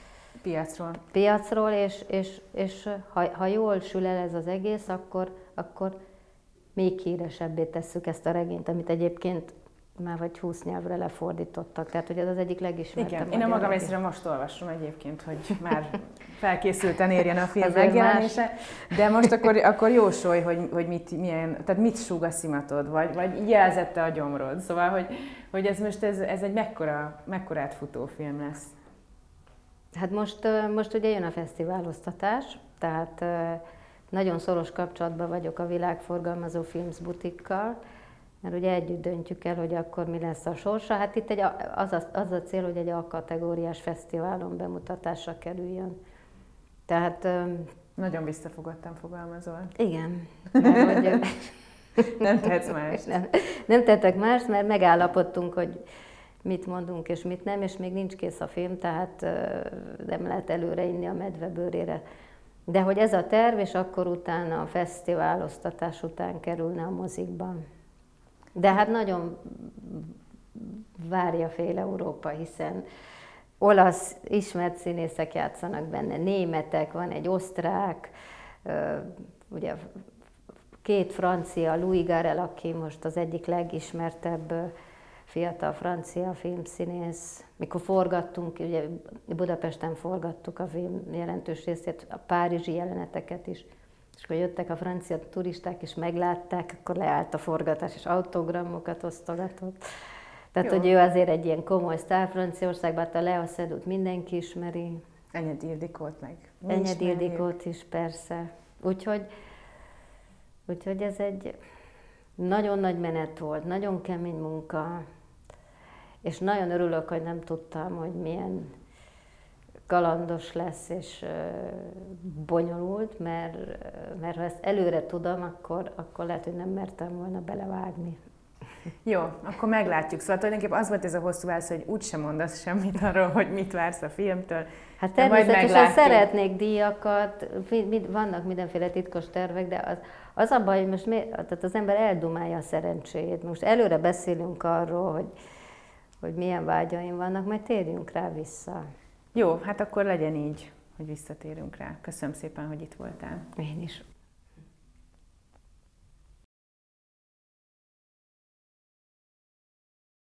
piacról, és ha jól sül el ez az egész, akkor még híresebbé tesszük ezt a regényt, amit egyébként már vagy 20 nyelvre lefordítottak, tehát hogy ez az egyik legismertebb. Igen, én a magam részéről most olvasom egyébként, hogy már felkészülten érjen a film megjelenése, de most akkor jósolj, hogy mit súg a szimatod, vagy jelzette a gyomrod, szóval, hogy ez most ez egy mekkorát futó film lesz. Hát most ugye jön a fesztiváloztatás, tehát nagyon szoros kapcsolatban vagyok a Világforgalmazó Films butikkal, mert ugye együtt döntjük el, hogy akkor mi lesz a sorsa. Hát itt az a cél, hogy egy A-kategóriás fesztiválon bemutatásra kerüljön. Tehát... Nagyon visszafogottan fogalmazol. Igen. Mert, hogy, nem tehetsz más. Nem tettek más, mert megállapodtunk, hogy mit mondunk és mit nem, és még nincs kész a film, tehát nem lehet előre inni a medve bőrére. De hogy ez a terv, és akkor utána a fesztiváloztatás után kerülne a mozikban. De hát nagyon várja fél Európa, hiszen olasz ismert színészek játszanak benne, németek, van egy osztrák, ugye 2 francia, Louis Garrel, aki most az egyik legismertebb fiatal francia filmszínész. Mikor forgattunk, ugye Budapesten forgattuk a film jelentős részét, a párizsi jeleneteket is, és akkor jöttek a francia turisták, és meglátták, akkor leállt a forgatás, és autogramokat osztogatott. Tehát, jó. Hogy ő azért egy ilyen komoly sztár Franciaországban, hát a Lea Seydoux mindenki ismeri. Enyedi Ildikót meg. Enyedi Ildikót is, persze. Úgyhogy ez egy nagyon nagy menet volt, nagyon kemény munka, és nagyon örülök, hogy nem tudtam, hogy milyen kalandos lesz és bonyolult, mert ha ezt előre tudom, akkor lehet, hogy nem mertem volna belevágni. Jó, akkor meglátjuk. Szóval tulajdonképpen az volt ez a hosszú válasz, hogy úgysem mondasz semmit arról, hogy mit vársz a filmtől. Hát természetesen szeretnék díjakat, vannak mindenféle titkos tervek, de az a baj, hogy most tehát az ember eldumálja a szerencséjét. Most előre beszélünk arról, hogy milyen vágyaim vannak, majd térjünk rá vissza. Jó, hát akkor legyen így, hogy visszatérünk rá. Köszönöm szépen, hogy itt voltál. Én is.